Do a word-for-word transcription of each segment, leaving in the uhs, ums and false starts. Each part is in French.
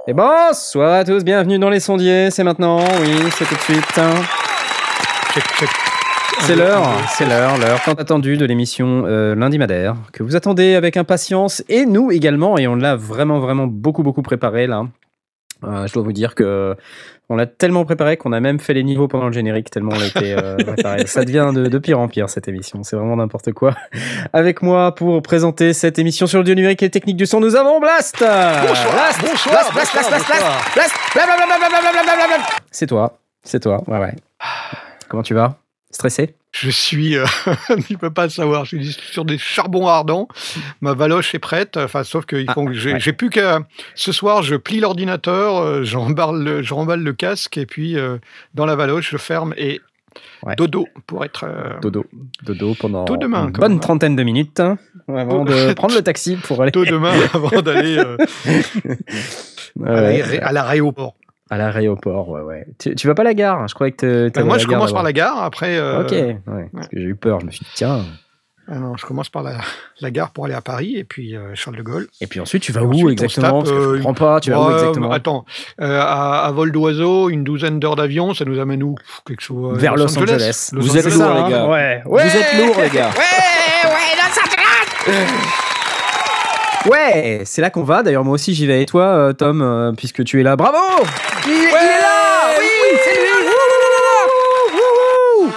Et bonsoir à tous, bienvenue dans Les Sondiers, c'est maintenant, oui, c'est tout de suite. Check, check. C'est l'heure, c'est l'heure, l'heure tant attendue de l'émission euh, Lundi Madère, que vous attendez avec impatience, et nous également, et on l'a vraiment, vraiment beaucoup, beaucoup préparé là. Euh, je dois vous dire que on l'a tellement préparé qu'on a même fait les niveaux pendant le générique, tellement on a été euh, préparé. Ça devient de, de pire en pire cette émission, c'est vraiment n'importe quoi. Avec moi pour présenter cette émission sur le dieu numérique et les techniques du son, nous avons Blast. Bonsoir, Blast, bonsoir, Blast, Blast, Blast, Blast, Blast, Blast, blablabla. C'est toi, c'est toi, ouais, ouais. Comment tu vas? Stressé? Je suis, euh, tu peux pas le savoir, je suis sur des charbons ardents. Ma valoche est prête. Enfin, sauf que il faut Ah, que j'ai, ouais. j'ai plus qu'à. Ce soir, je plie l'ordinateur, euh, j'emballe, le, je remballe le casque et puis euh, dans la valoche, je ferme et Ouais. dodo pour être. euh, Dodo, dodo pendant Tôt demain, une quand bonne même. trentaine de minutes hein, avant de prendre le taxi pour aller Tôt demain avant d'aller euh, Ouais, à, ouais. l'aéré- à l'aéroport. À l'aéroport. Ouais, ouais. Tu, tu vas pas à la gare? Je croyais que tu Ben, moi, je commence par la gare. Après. euh, Ok, ouais, parce que j'ai eu peur. Je me suis dit, tiens. ah non, je commence par la, la gare pour aller à Paris et puis euh, Charles de Gaulle. Et puis ensuite, tu vas Et où ensuite, on se exactement? tape, Parce que je euh, comprends pas. Tu vas où Ouais, exactement? Attends, euh, à, à vol d'oiseau, une douzaine d'heures d'avion, ça nous amène où? Quelque chose. euh, Vers Los Angeles. Los Vous êtes Angeles, lourds, hein. les gars. Ouais. Vous êtes lourds, les gars. Ouais, c'est là qu'on va. D'ailleurs, moi aussi, j'y vais. Et toi, euh, Tom, euh, puisque tu es là, bravo! Il, il est là! Oui, c'est lui! Wouh, wouh, wouh,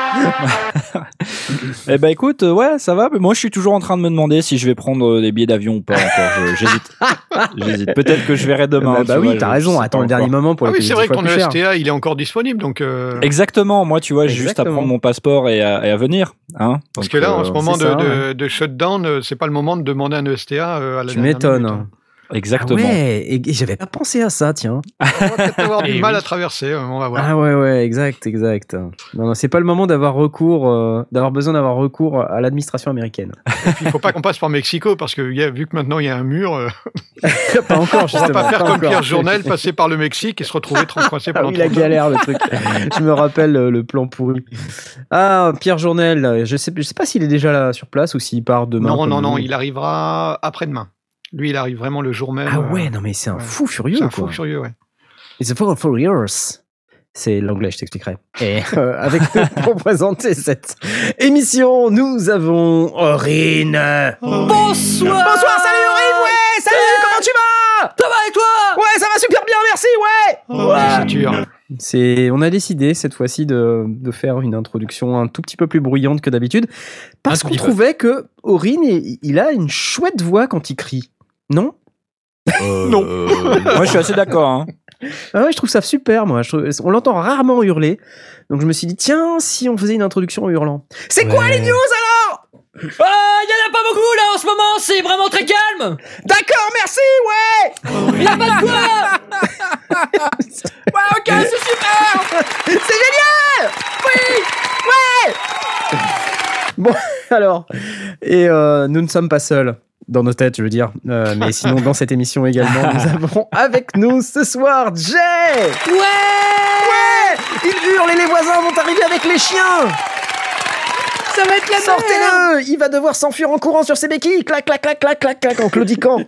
wouh. Eh ben écoute, euh, ouais, ça va. Mais moi, je suis toujours en train de me demander si je vais prendre euh, des billets d'avion ou pas encore. Je- j'hésite. J'hésite. Peut-être que je verrai demain. Bah, tu bah vois, oui, je- t'as je raison. sais Attends pas le dernier encore. moment pour Ah le oui, payer c'est dix vrai que fois ton plus cher. E S T A, il est encore disponible. Donc, euh, Exactement. Moi, tu vois, j'ai juste à Exactement. prendre mon passeport et à, et à venir. Hein parce Donc, que là, en euh, ce moment c'est de, ça, de, de shutdown, euh, c'est pas le moment de demander un E S T A euh, à la Tu dernière m'étonnes. minute, hein. Exactement. Ah ouais, et, et j'avais pas pensé à ça, tiens. On va peut-être avoir du Eh mal oui. à traverser, euh, on va voir. Ah ouais, ouais, exact, exact. Non, non, c'est pas le moment d'avoir recours, euh, d'avoir besoin d'avoir recours à l'administration américaine. Et puis, il faut pas qu'on passe par Mexico, parce que y a, vu que maintenant il y a un mur, euh, Pas encore, on va justement. pas faire comme encore. Pierre Journel, passer par le Mexique et se retrouver coincé Ah pendant oui, la trente ans. galère, le truc. Je me rappelle euh, le plan pourri. Ah, Pierre Journel, euh, je sais, je sais pas s'il est déjà là sur place ou s'il part demain. Non, comme non, non, nous. il arrivera après-demain. Lui, il arrive vraiment le jour même. Ah euh, ouais, non mais c'est un ouais. fou furieux, C'est un quoi. fou furieux, ouais. It's a four for years. C'est l'anglais, je t'expliquerai. Et euh, avec nous pour présenter cette émission, nous avons Aurine. Bonsoir. Bonsoir, salut Aurine, ouais, salut, comment tu vas? Ça va et toi? Ouais, ça va super bien, merci, ouais. Ouais, c'est dur. C'est, on a décidé cette fois-ci de, de faire une introduction un tout petit peu plus bruyante que d'habitude, parce Un tout qu'on petit peu. trouvait que Aurine, il, il a une chouette voix quand il crie. Non? Non. Euh, Moi, je suis assez d'accord. Hein. Ah ouais, je trouve ça super, moi. Je trouve- on l'entend rarement hurler. Donc je me suis dit, tiens, si on faisait une introduction en hurlant. C'est quoi les news alors? Ah, il y en a pas beaucoup là en ce moment, c'est vraiment très calme. D'accord, merci, ouais. Il y a pas de quoi. Ouais, ok, c'est super. C'est génial. Oui, ouais. Bon, alors, et euh, nous ne sommes pas seuls. Dans nos têtes, je veux dire. Euh, mais sinon, dans cette émission également, nous avons avec nous ce soir Jay. Ouais. Ouais. Il hurle et les voisins vont arriver avec les chiens. Ça va être la merde. Sortez-le. Il va devoir s'enfuir en courant sur ses béquilles. Clac, clac, clac, clac, clac, clac, en claudiquant.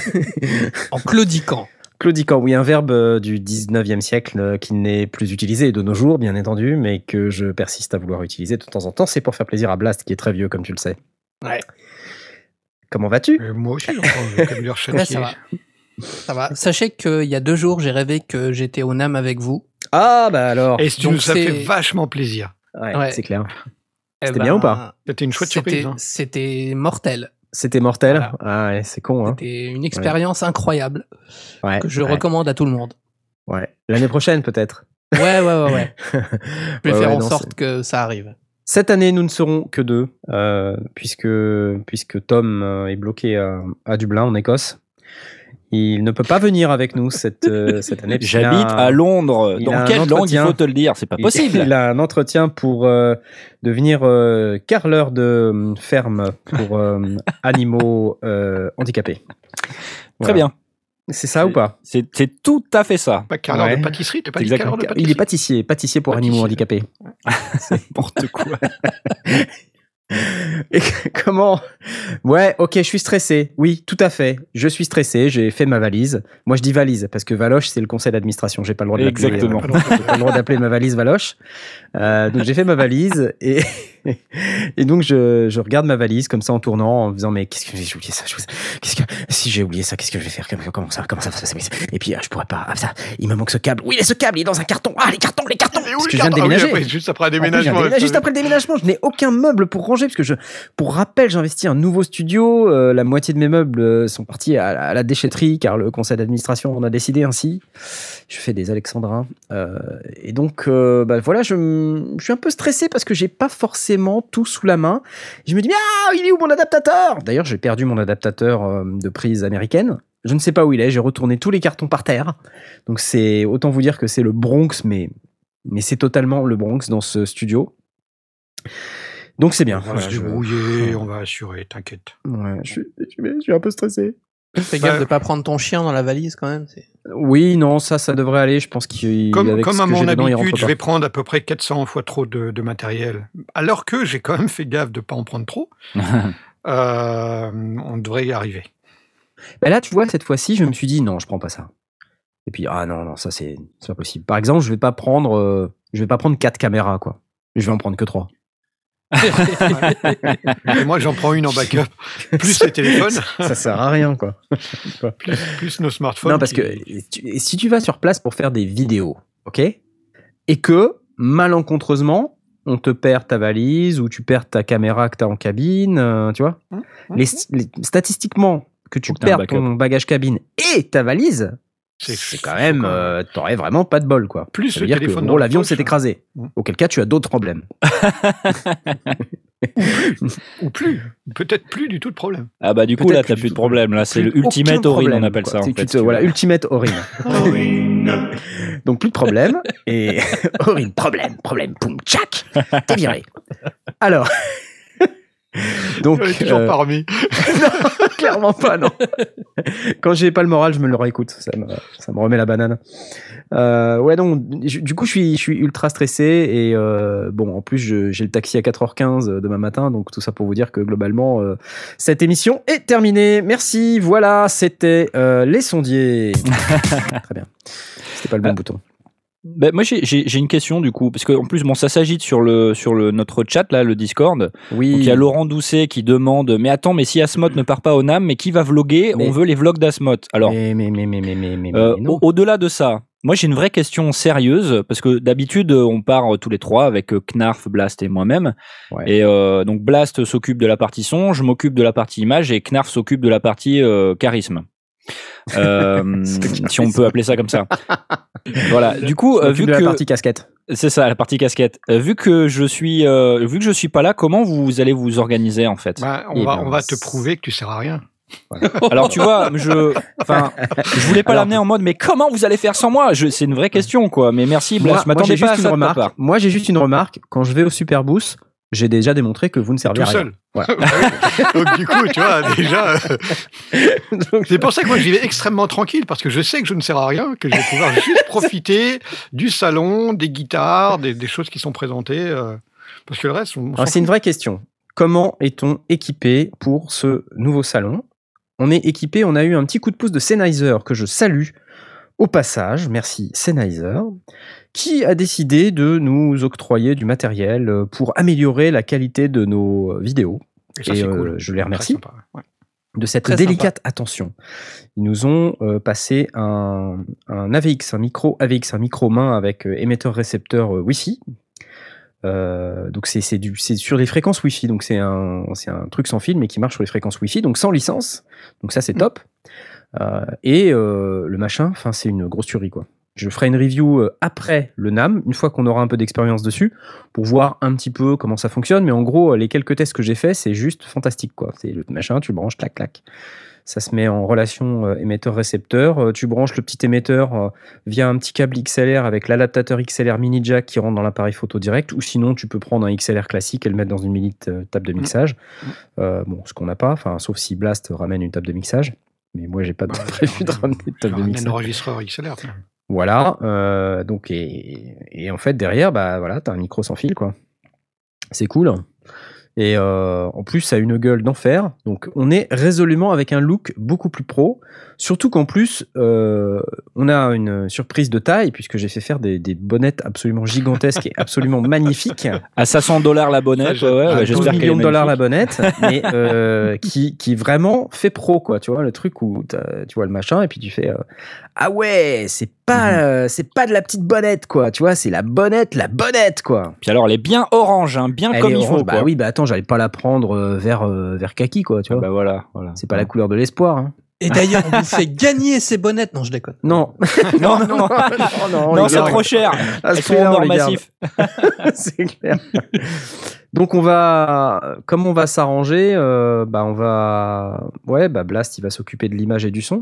En claudiquant. Claudiquant, oui, un verbe euh, du dix-neuvième siècle euh, qui n'est plus utilisé de nos jours, bien entendu, mais que je persiste à vouloir utiliser de temps en temps. C'est pour faire plaisir à Blast, qui est très vieux, comme tu le sais. Ouais. Comment vas-tu? Euh, moi aussi, j'entends le vocabulaire Là, châtié. ça va. Ça va. Sachez qu'il y a deux jours, j'ai rêvé que j'étais au N A M avec vous. Ah, bah alors. Et tu Donc nous ça c'est- fait vachement plaisir. Ouais, Ouais. c'est clair. Eh C'était ben, bien ou pas? C'était une chouette C'était, surprise. hein. c'était mortel. C'était mortel. Voilà. Ah ouais, c'est con, hein. C'était une expérience incroyable Ouais, que je ouais, recommande à tout le monde. ouais. L'année prochaine, peut-être. Ouais, ouais, ouais, ouais. Je vais Ouais, faire ouais, en non, sorte que ça arrive. Cette année, nous ne serons que deux, euh, puisque, puisque Tom euh, est bloqué à, à Dublin, en Écosse. Il ne peut pas venir avec nous cette, euh, cette année. puisqu'il a J'habite un- à Londres. il a Dans un quelle langue il entretien. faut te le dire? C'est pas il- possible. Il a un entretien pour euh, devenir euh, carreleur de euh, ferme pour euh, animaux euh, handicapés. Très Voilà. bien. C'est ça ou pas? C'est c'est tout à fait ça. Pas carreleur Ouais. de pâtisserie, t'as pas dit Exactement. carreleur de Il pâtisserie. est pâtissier, pâtissier pour Pâtissier. animaux handicapés. N'importe quoi. Et comment? Ouais, ok, je suis stressé. Oui, tout à fait. Je suis stressé. J'ai fait ma valise. Moi, je dis valise parce que Valoche, c'est le conseil d'administration. J'ai pas le droit de l'appeler. Exactement. euh, j'ai pas le droit d'appeler ma valise Valoche. Euh, donc j'ai fait ma valise et et donc je, je regarde ma valise comme ça en tournant en me disant mais qu'est-ce que j'ai oublié ça, qu'est-ce que si j'ai oublié ça, qu'est-ce que je vais faire, comment ça, comment ça, ça, ça, ça et puis euh, je pourrais pas. Ah, ça, il me manque ce câble. Oui, il est ce câble, il est dans un carton. Ah, les cartons, les cartons. Parce que je viens de déménager. Ah oui, après, juste après un En plus, déménagement. déménagé, juste après le déménagement, je n'ai aucun meuble pour ranger parce que je, pour rappel, j'ai investi un nouveau studio. Euh, la moitié de mes meubles euh, sont partis à, à la déchetterie car le conseil d'administration en a décidé ainsi. Je fais des alexandrins euh, et donc euh, bah voilà, je, je suis un peu stressé parce que j'ai pas forcément tout sous la main. Je me dis ah, il est où mon adaptateur? D'ailleurs, j'ai perdu mon adaptateur euh, de prise américaine. Je ne sais pas où il est. J'ai retourné tous les cartons par terre. Donc c'est autant vous dire que c'est le Bronx, mais mais c'est totalement le Bronx dans ce studio. Donc c'est bien. On va Voilà, se je- débrouiller, on va assurer, t'inquiète. Ouais, je, suis, je, suis- je suis un peu stressé. Fais gaffe Ouais. de pas prendre ton chien dans la valise quand même. C'est... Oui, non, ça, ça devrait aller. Je pense qu'il Comme, avec comme ce à que mon j'ai dedans, il habitude, rentre je pas. vais prendre à peu près quatre cents fois trop de, de matériel. Alors que j'ai quand même fait gaffe de ne pas en prendre trop. Euh, on devrait y arriver. Mais là, tu vois, cette fois-ci, je me suis dit non, je prends pas ça. Et puis ah non, non, ça c'est c'est pas possible. Par exemple, je vais pas prendre, euh, je vais pas prendre quatre caméras quoi. Je vais en prendre que trois. Et moi, j'en prends une en backup. Plus les téléphones, Ça sert à rien quoi. plus, plus nos smartphones. Non, parce qui- que tu- si tu vas sur place pour faire des vidéos, ok, et que malencontreusement on te perd ta valise ou tu perds ta caméra que tu as en cabine, euh, tu vois, Hum, hum, les, les- statistiquement que tu Faut que t'aies un perds ton bagage cabine et ta valise, C'est- c'est quand même, euh, t'aurais vraiment pas de bol quoi. Plus Ça le veut dire que téléphone en dans gros la l'avion poche, s'est hein. écrasé. Hum. Auquel cas tu as d'autres problèmes. Ou plus. Peut-être plus du tout de problème. Ah bah du coup Peut-être là plus t'as du plus de tout. problème. Là c'est Plus le ultimate aucun orin problème, on appelle quoi. ça en Tu- fait. tu si te- tu voilà, veux. ultimate orin. Donc plus de problème et orin, problème, problème, poum, tchac, t'es viré. Alors, donc Je l'ai toujours euh, pas remis. clairement pas, non. Quand j'ai pas le moral, je me le réécoute. Ça me, ça me remet la banane. Euh, ouais, donc, je- du coup, je suis, je suis ultra stressé. Et euh, bon, en plus, je- j'ai le taxi à quatre heures quinze demain matin. Donc, tout ça pour vous dire que globalement, euh, cette émission est terminée. Merci. Voilà, c'était euh, Les Sondiers. Très bien. C'était pas le bon Ah. bouton. Ben, moi j'ai- j'ai j'ai une question du coup parce que en plus bon ça s'agite sur le sur le notre chat là le Discord. Oui. Donc il y a Laurent Doucet qui demande mais attends mais si Asmod ne part pas au N A M mais qui va vloguer? Mais- On veut les vlogs d'Asmod. Alors Mais, mais, mais, mais, mais, mais, mais, euh, mais non. au- au-delà de ça, moi j'ai une vraie question sérieuse parce que d'habitude euh, on part euh, tous les trois avec euh, Knarf, Blast et moi-même. Ouais. Et euh, donc Blast s'occupe de la partie son, je m'occupe de la partie image et Knarf s'occupe de la partie euh, charisme. Euh, C'est si on peut appeler ça comme ça. Voilà. Du coup, Je euh, m'occupe vu de que la partie casquette. c'est ça, la partie casquette. Euh, vu que je suis, euh, vu que je suis pas là, comment vous allez vous organiser en fait? Bah, on, Eh va, ben, on va te c'est- prouver que tu sers à rien. Alors tu vois, je, enfin, je voulais pas Alors- l'amener en mode, mais comment vous allez faire sans moi? Je, c'est une vraie question quoi. Mais merci, Moi, Blast. Je moi, m'attendais j'ai pas à juste ça une de ta remarque. part. Moi, j'ai juste une remarque. Quand je vais au Superboost, j'ai déjà démontré que vous ne servez Tout à rien. seul. Voilà. Bah oui. Donc du coup, tu vois, déjà... euh, C'est pour ça que moi, j'y vais extrêmement tranquille, parce que je sais que je ne sers à rien, que je vais pouvoir juste profiter du salon, des guitares, des, des choses qui sont présentées, euh, parce que le reste, on, on s'en Alors, c'est une fout. vraie question. Comment est-on équipé pour ce nouveau salon? On est équipé, on a eu un petit coup de pouce de Sennheiser que je salue au passage. Merci Sennheiser, qui a décidé de nous octroyer du matériel euh, pour améliorer la qualité de nos vidéos. Et ça, et, c'est euh, cool. je les Très remercie. sympa, ouais. De cette Très délicate attention. Ils nous ont euh, passé un, un A V X, un micro A V X, un micro main avec euh, émetteur-récepteur euh, Wi-Fi. Euh, donc c'est c'est du c'est sur les fréquences Wi-Fi, donc c'est un c'est un truc sans fil mais qui marche sur les fréquences Wi-Fi, donc sans licence. Donc ça c'est top. Euh, et euh, le machin, enfin c'est une grosse tuerie quoi. Je ferai une review euh, après le N A M, une fois qu'on aura un peu d'expérience dessus, pour voir un petit peu comment ça fonctionne. Mais en gros, les quelques tests que j'ai faits, c'est juste fantastique quoi. C'est le machin, tu le branches, clac clac. Ça se met en relation euh, émetteur-récepteur. Euh, tu branches le petit émetteur euh, via un petit câble X L R avec l'adaptateur X L R mini jack qui rentre dans l'appareil photo direct. Ou sinon, tu peux prendre un X L R classique et le mettre dans une mini euh, table de mixage. Euh, bon, ce qu'on n'a pas, enfin, sauf si Blast ramène une table de mixage. Mais moi, j'ai pas de Bah, prévu de ramener une table de Un mixage. enregistreur X L R. quand même. Voilà. euh, donc, et, et en fait, derrière, bah voilà, t'as un micro sans fil, quoi. C'est cool. Et euh, en plus, ça a une gueule d'enfer. Donc, on est résolument avec un look beaucoup plus pro. Surtout qu'en plus, euh, on a une surprise de taille, puisque j'ai fait faire des, des bonnettes absolument gigantesques et absolument magnifiques. À cinq cents dollars la bonnette, ouais, ouais, À ouais, douze j'espère qu'elle est millions de dollars la magnifique. bonnette, mais euh, qui, qui vraiment fait pro, quoi. Tu vois, le truc où t'as- tu vois le machin, et puis tu fais euh, ah ouais, c'est pas, Mhm. euh, c'est pas de la petite bonnette, quoi. Tu vois, c'est la bonnette, la bonnette, quoi. Puis alors, elle est bien orange, hein, bien Elle comme est il orange. faut, Bah quoi. oui, bah attends, j'allais pas la prendre euh, vers, euh, vers kaki, quoi, tu Ah vois. bah voilà, voilà. C'est pas la couleur de l'espoir, hein. Et d'ailleurs, on vous fait gagner ces bonnettes. Non, je déconne. Non. Non, non, non, non, non, les c'est gars, trop cher. à ce Elles sont en prix-là, on or les garde. massif. C'est clair. Donc on va, comme on va s'arranger, euh, bah on va, ouais, bah Blast il va s'occuper de l'image et du son.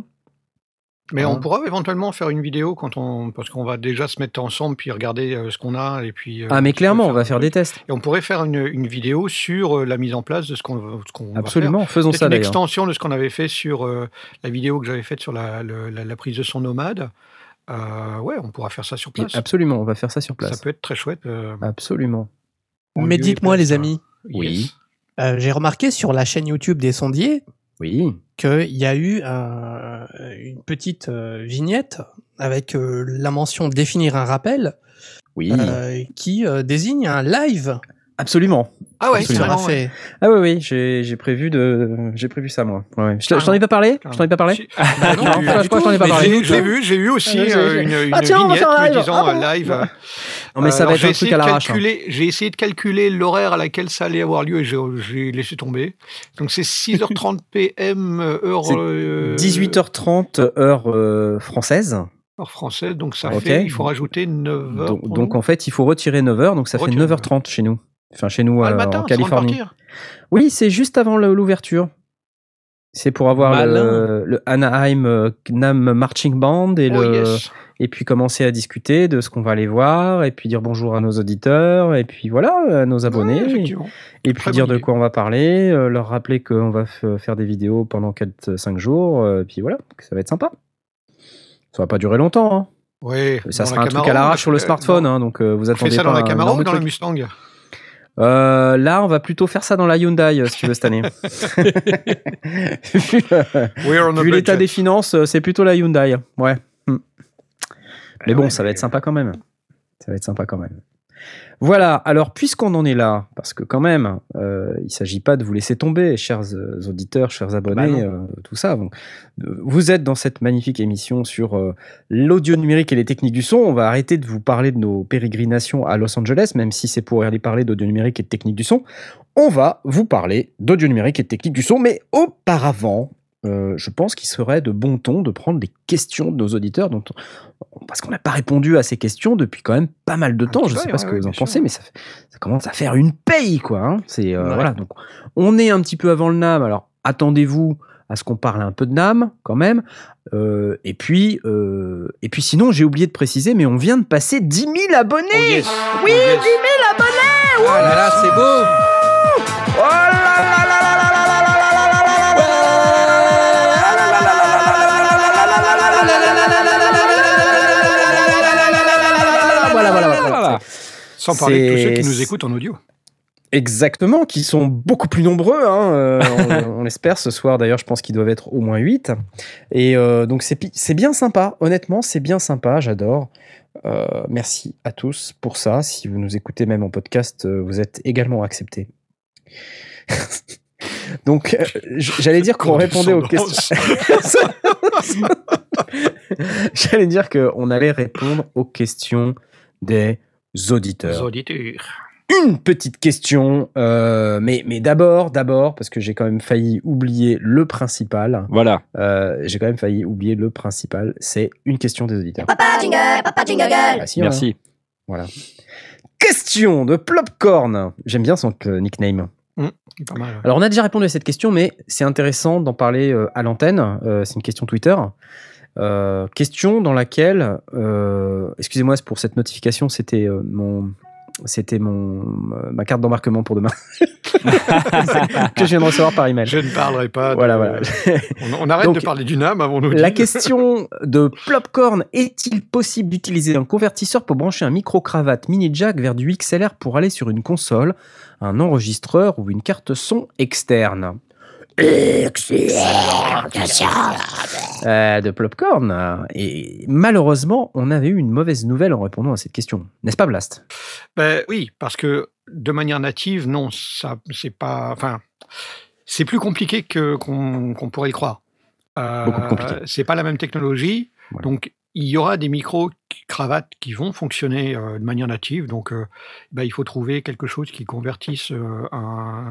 Mais Voilà. on pourra éventuellement faire une vidéo quand on, parce qu'on va déjà se mettre ensemble puis regarder euh, ce qu'on a et puis. euh, Ah mais on peut clairement, on va un faire truc. des tests. Et on pourrait faire une, une vidéo sur euh, la mise en place de ce qu'on ce qu'on va faire. Absolument, faisons Peut-être ça une d'ailleurs. extension de ce qu'on avait fait sur euh, la vidéo que j'avais faite sur la, le- la, la prise de son nomade. Euh, ouais, on pourra faire ça sur Et place. absolument, on va faire ça sur Ça place. peut être très chouette. euh, Absolument. en Mais lieu et dites-moi, place, les hein. amis, Oui. Yes. euh, j'ai remarqué sur la chaîne YouTube des sondiers Oui. qu'il y a eu euh, une petite euh, vignette avec euh, la mention définir un rappel Oui. euh, qui euh, désigne un live Absolument. Ah ouais, qui sera carrément, ouais. fait. Ah oui, oui, j'ai j'ai prévu de, j'ai prévu ça moi. Ouais, ouais. Je, te- Ah je t'en ai non. pas parlé Je t'en ai pas parlé Si- Bah non, Non, pas je du crois que je t'en ai tout, pas mais parlé. j'ai- J'ai j'ai vu, j'ai eu aussi Ah, j'ai- euh, j'ai- une, une Ah, tiens, on va vignette faire un me live. disant Ah un bon live. Ouais. Non mais Euh, ça alors, va être j'ai un essayé truc à de l'arrache. hein. calculer- J'ai essayé de calculer l'horaire à laquelle ça allait avoir lieu et j'ai j'ai laissé tomber. Donc c'est six heures trente P M heure, C'est euh, dix-huit heures trente heure euh, française. heure française. Donc ça Ok. fait, il faut rajouter neuf heures. Donc, pour donc nous. en fait, il faut retirer neuf heures, donc ça fait Retirer neuf heures trente chez nous. Enfin chez nous Ah, le euh, matin, en avant de Californie. partir. Oui, c'est juste avant le- l'ouverture. C'est pour avoir Malin. le, le Anaheim euh, Knam Marching Band et, Oh le, yes. et puis commencer à discuter de ce qu'on va aller voir et puis dire bonjour à nos auditeurs et puis voilà, à nos abonnés. Ouais, effectivement. et puis très dire bonne de idée. quoi on va parler, euh, leur rappeler qu'on va f- faire des vidéos pendant quatre cinq jours, euh, puis voilà, ça va être sympa. Ça va pas durer longtemps, hein. Ouais. Ça dans sera la un truc Camaro, à l'arrache on sur le fait- smartphone, dans- hein, donc euh, vous On fait attendez ça pas dans la un Camaro énorme ou dans la truc. Mustang? Euh, là, on va plutôt faire ça dans la Hyundai, euh, si tu veux, cette année. vu euh, We're on a vu l'état budget. des finances, euh, c'est plutôt la Hyundai. Ouais. Hmm. Mais bon, ouais, ça va mais- être sympa quand même. Ça va être sympa quand même. Voilà, alors puisqu'on en est là, parce que quand même, euh, il ne s'agit pas de vous laisser tomber, chers euh, auditeurs, chers abonnés, Bah euh, tout ça. Donc, euh, vous êtes dans cette magnifique émission sur euh, l'audio numérique et les techniques du son. On va arrêter de vous parler de nos pérégrinations à Los Angeles, même si c'est pour aller parler d'audio numérique et de technique du son. On va vous parler d'audio numérique et de technique du son, mais auparavant, euh, je pense qu'il serait de bon ton de prendre les questions de nos auditeurs, dont on- parce qu'on n'a pas répondu à ces questions depuis quand même pas mal de Un temps. petit Je ne peu, sais pas ouais, ce que ouais, vous en bien pensez, sûr. mais ça, fait- ça commence à faire une paye, quoi. Hein. C'est euh, Ouais. voilà. Donc, on est un petit peu avant le N A M. Alors, attendez-vous à ce qu'on parle un peu de N A M quand même. Euh, et puis, euh, et puis, sinon, j'ai oublié de préciser, mais on vient de passer dix mille abonnés. Oh yes. Oui, Oh yes. dix mille abonnés. Ah là là, c'est beau. Oh là là là là là là là là là Voilà, voilà, voilà, voilà. Sans parler de tous ceux qui C'est- nous écoutent en audio. Exactement, qui sont beaucoup plus nombreux, hein, euh, on, on l'espère ce soir. D'ailleurs, je pense qu'ils doivent être au moins huit. Et euh, donc, c'est pi- c'est bien sympa. Honnêtement, c'est bien sympa. J'adore. Euh, merci à tous pour ça. Si vous nous écoutez même en podcast, euh, vous êtes également acceptés. Donc, euh, j- j'allais dire qu'on répondait aux questions. J'allais dire qu'on allait répondre aux questions des auditeurs. Les auditeurs. Une petite question, euh, mais, mais d'abord, d'abord, parce que j'ai quand même failli oublier le principal. Voilà. Euh, j'ai quand même failli oublier le principal. C'est une question des auditeurs. Papa jingle, papa jingle. Ah, si, Merci. Voilà. Question de Plopcorn. J'aime bien son euh, nickname. Pas mal. ouais. Alors, on a déjà répondu à cette question, mais c'est intéressant d'en parler euh, à l'antenne. Euh, c'est une question Twitter. Euh, question dans laquelle, euh, excusez-moi pour cette notification, c'était euh, mon, C'était mon ma carte d'embarquement pour demain que je viens de recevoir par email. Je ne parlerai pas. De... Voilà, voilà. On, on arrête Donc, de parler du N A M avant nous. La question de Plopcorn, est-il possible d'utiliser un convertisseur pour brancher un micro-cravate mini jack vers du X L R pour aller sur une console, un enregistreur ou une carte son externe? Excellent euh, de Plopcorn. Et malheureusement, on avait eu une mauvaise nouvelle en répondant à cette question. N'est-ce pas, Blast? Ben oui, parce que de manière native, non, ça, c'est pas. Enfin, c'est plus compliqué que, qu'on, qu'on pourrait le croire. Euh, Beaucoup compliqué. C'est pas la même technologie. Voilà. Donc, il y aura des micro-cravates qui vont fonctionner euh, de manière native. Donc, euh, ben, il faut trouver quelque chose qui convertisse euh, un.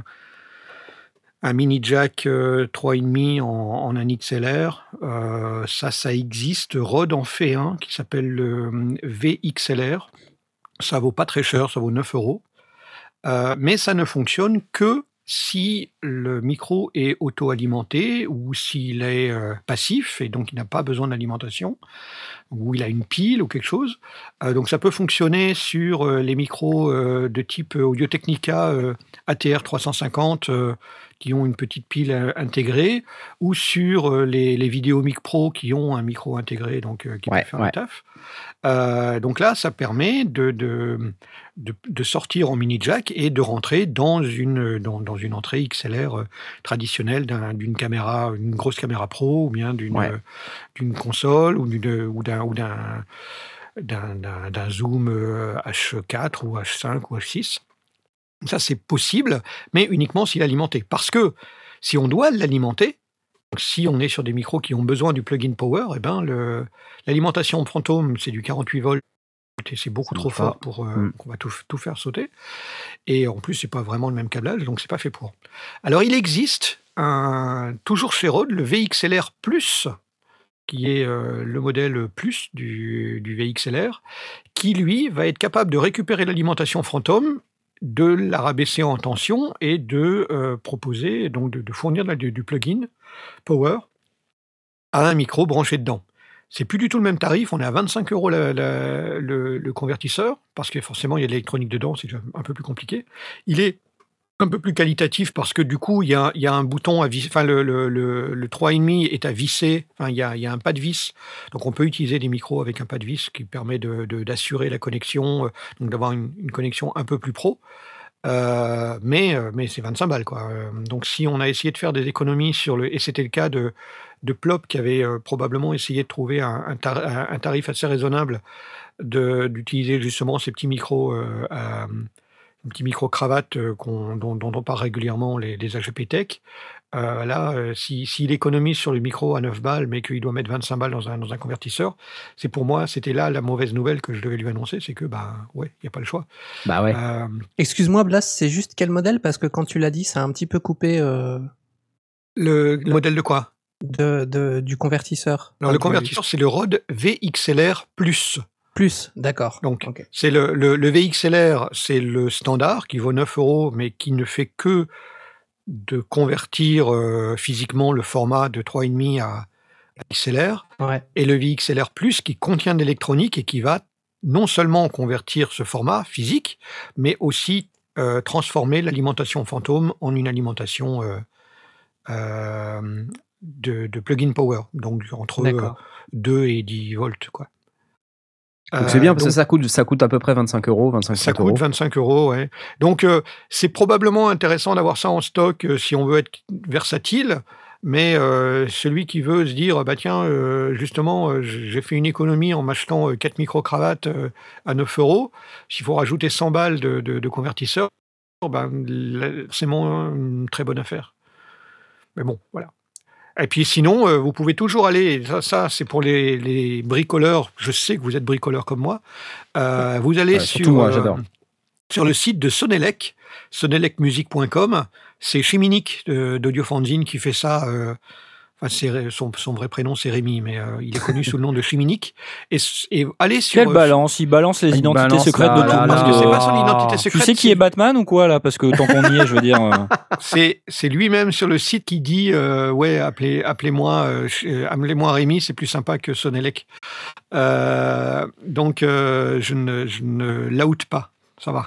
Un mini jack euh, trois virgule cinq en, en un X L R, euh, ça, ça existe. Rode en fait un qui s'appelle le V X L R. Ça vaut pas très cher, ça vaut neuf euros. Euh, mais ça ne fonctionne que si le micro est auto-alimenté ou s'il est euh, passif et donc il n'a pas besoin d'alimentation, ou il a une pile ou quelque chose. Euh, donc ça peut fonctionner sur euh, les micros euh, de type Audio-Technica euh, A T R trois cent cinquante euh, qui ont une petite pile euh, intégrée, ou sur euh, les, les Vidéomic Pro qui ont un micro intégré, donc euh, qui Ouais, peut faire ouais. le taf. Euh, donc là, ça permet de, de, de, de sortir en mini jack et de rentrer dans une, dans, dans une entrée X L R euh, traditionnelle d'un, d'une caméra, une grosse caméra pro, ou bien d'une, Ouais. euh, d'une console, ou, d'une, ou d'un, ou d'un, d'un, d'un, d'un zoom euh, H quatre ou H cinq ou H six. Ça, c'est possible, mais uniquement s'il est alimenté. Parce que si on doit l'alimenter, donc si on est sur des micros qui ont besoin du plug-in power, eh ben le, l'alimentation Phantom, c'est du quarante-huit volts, et c'est beaucoup Ça trop marche fort pas. pour euh, Mm. qu'on va tout, tout faire sauter. Et en plus, c'est pas vraiment le même câblage, donc c'est pas fait pour. Alors, il existe un, toujours chez Rode, le V X L R Plus, qui est euh, le modèle Plus du, du V X L R, qui lui va être capable de récupérer l'alimentation Phantom, de la rabaisser en tension et de euh, proposer, donc de, de fournir du, du plugin power à un micro branché dedans. C'est plus du tout le même tarif, on est à vingt-cinq euros la, la, le, le convertisseur, parce que forcément il y a de l'électronique dedans, c'est déjà un peu plus compliqué. Il est un peu plus qualitatif parce que du coup il y a, il y a un bouton à visser, enfin le, le, le, le trois virgule cinq est à visser, enfin il y a, il y a un pas de vis, donc on peut utiliser des micros avec un pas de vis qui permet de, de, d'assurer la connexion, euh, donc d'avoir une, une connexion un peu plus pro. Euh, mais, euh, mais c'est vingt-cinq balles, quoi. Euh, donc si on a essayé de faire des économies sur le, et c'était le cas de, de Plop qui avait euh, probablement essayé de trouver un, un, tar, un tarif assez raisonnable de, d'utiliser justement ces petits micros, euh, euh, petits micros cravates euh, qu'on, dont, dont on parle régulièrement les, les A G P Tech. Euh, là, euh, si, s'il économise sur le micro à neuf balles, mais qu'il doit mettre vingt-cinq balles dans un, dans un convertisseur, c'est pour moi, c'était là la mauvaise nouvelle que je devais lui annoncer, c'est que, bah, ouais, il n'y a pas le choix. Bah ouais. Euh, Excuse-moi, Blas, c'est juste quel modèle? Parce que quand tu l'as dit, ça a un petit peu coupé euh, le, le modèle de quoi? de, de, du convertisseur. Alors, Enfin, le du- convertisseur, c'est le Rode V X L R Plus. Plus, d'accord. Donc, Ok. c'est le, le, le V X L R, c'est le standard qui vaut neuf euros, mais qui ne fait que de convertir euh, physiquement le format de trois virgule cinq à, à X L R. Ouais. Et le V X L R Plus qui contient de l'électronique et qui va non seulement convertir ce format physique, mais aussi euh, transformer l'alimentation Phantom en une alimentation euh, euh, de, de plug-in power, donc entre euh, D'accord. deux et dix volts, quoi. Donc c'est bien Euh, parce que donc, ça coûte, ça coûte à peu près vingt-cinq euros, vingt-cinq ça trente euros. coûte vingt-cinq euros, ouais. Donc, euh, c'est probablement intéressant d'avoir ça en stock euh, si on veut être versatile, mais euh, celui qui veut se dire, bah tiens, euh, justement, euh, j'ai fait une économie en m'achetant euh, quatre micro-cravates euh, à neuf euros, s'il faut rajouter cent balles de, de, de convertisseur, ben, là, c'est mon- une très bonne affaire. Mais bon, voilà. Et puis sinon, euh, vous pouvez toujours aller, et ça, ça c'est pour les, les bricoleurs, je sais que vous êtes bricoleurs comme moi, euh, vous allez Ouais, sur, surtout moi, euh, j'adore. sur le site de Sonelec, sonelec music point com, c'est Chiminique euh, d'Audiofanzine qui fait ça, euh, enfin c'est, son, son vrai prénom c'est Rémi, mais euh, il est connu sous le nom de Chiminique, et, et allez sur... Quelle euh, balance, il balance les Il identités balance secrètes là, de tout là, le parce monde. que c'est là. pas son identité Tu secrète, sais qui c'est- est Batman ou quoi là? Parce que tant qu'on y est, je veux dire. euh, C'est, c'est lui-même sur le site qui dit euh, ouais, appelez, appelez-moi, euh, ch- euh, appelez-moi Rémi, c'est plus sympa que Sonelec. Euh, donc, euh, je ne, je ne l'out pas. ça va.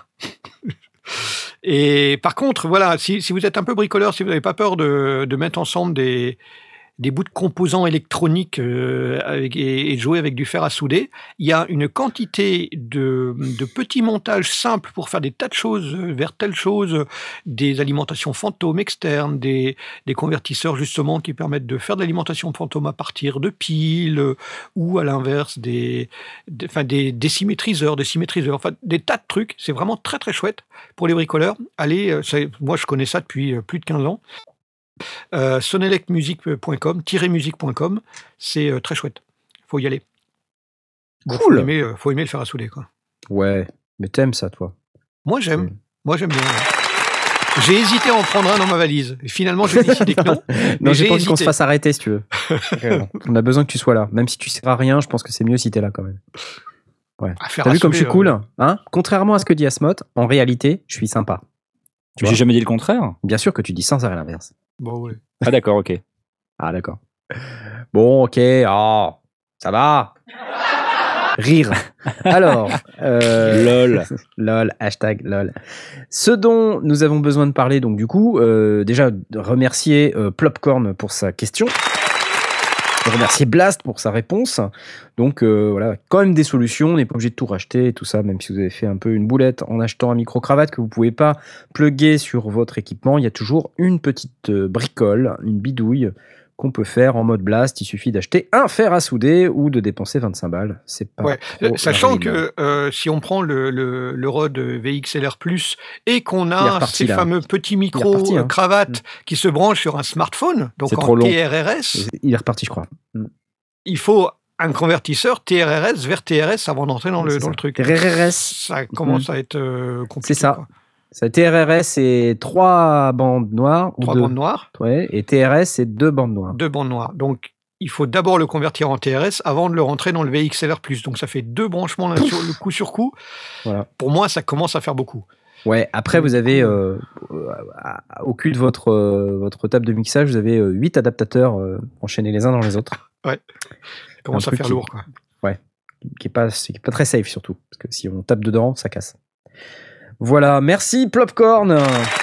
Et par contre, voilà, si, si vous êtes un peu bricoleur, si vous n'avez pas peur de, de mettre ensemble des, des bouts de composants électroniques euh, avec, et, et de jouer avec du fer à souder, il y a une quantité de, de petits montages simples pour faire des tas de choses vers telle chose, des alimentations fantômes externes, des, des convertisseurs justement qui permettent de faire de l'alimentation fantôme à partir de piles, ou à l'inverse des, des, enfin des désymétriseurs, des symétriseurs, enfin des tas de trucs. C'est vraiment très très chouette pour les bricoleurs. Allez, moi je connais ça depuis plus de quinze ans. Euh, sonelec musique point com, musique point com, c'est euh, très chouette. Faut y aller. Bon, Cool. Faut aimer, euh, faut aimer le fer à souder, quoi. Ouais, mais t'aimes ça, toi. Moi, j'aime. Mm. Moi, j'aime bien. Ouais. J'ai hésité à en prendre un dans ma valise. Et finalement, j'ai décidé que non. Non, j'ai j'ai pas envie qu'on se hésité. fasse arrêter, si tu veux. Vraiment. On a besoin que tu sois là. Même si tu sers à rien, je pense que c'est mieux si t'es là, quand même. Ouais. À faire T'as à vu comme je suis souder, cool, euh, hein? Contrairement à ce que dit Asmoth, en réalité, je suis sympa. Tu J'ai vois jamais dit le contraire. Bien sûr que tu dis sans arrêt l'inverse. Bon, ouais. Ah d'accord, ok. Ah, d'accord. Bon, ok. Ah, ça va. Rire. Alors, euh, Lol. lol, hashtag lol. Ce dont nous avons besoin de parler, donc du coup, euh, déjà de remercier euh, Plopcorn pour sa question, de remercier Blast pour sa réponse. Donc euh, voilà, quand même des solutions, on n'est pas obligé de tout racheter et tout ça, même si vous avez fait un peu une boulette en achetant un micro-cravate que vous pouvez pas plugger sur votre équipement, il y a toujours une petite euh, bricole, une bidouille qu'on peut faire en mode blast. Il suffit d'acheter un fer à souder ou de dépenser vingt-cinq balles. C'est pas Ouais. trop Euh, Sachant ruinant. que euh, si on prend le, le, le Rode V X L R plus et qu'on Il est a reparti, ces là. fameux petits micros reparti, hein. euh, cravates qui se branchent sur un smartphone, donc C'est en trop long. T R R S, Il est reparti, je crois. il faut un convertisseur T R R S vers T R S avant d'entrer dans, le, C'est dans ça. le truc. T R R S. Ça commence à être euh, compliqué. C'est ça. quoi. Ça, T R R S, c'est trois bandes noires. ou Trois deux. bandes noires, Ouais, et T R S, c'est deux bandes noires. deux bandes noires. Donc, il faut d'abord le convertir en T R S avant de le rentrer dans le V X L R plus. Donc, ça fait deux branchements l'un sur, le coup sur coup. Voilà. Pour moi, ça commence à faire beaucoup. Ouais, après, vous avez, euh, euh, au cul de votre, euh, votre table de mixage, vous avez euh, huit adaptateurs euh, enchaînés les uns dans les autres. Ça commence Un à truc faire qui- lourd. Quoi. Qui est pas, qui est pas très safe, surtout. Parce que si on tape dedans, ça casse. Voilà, merci Plopcorn.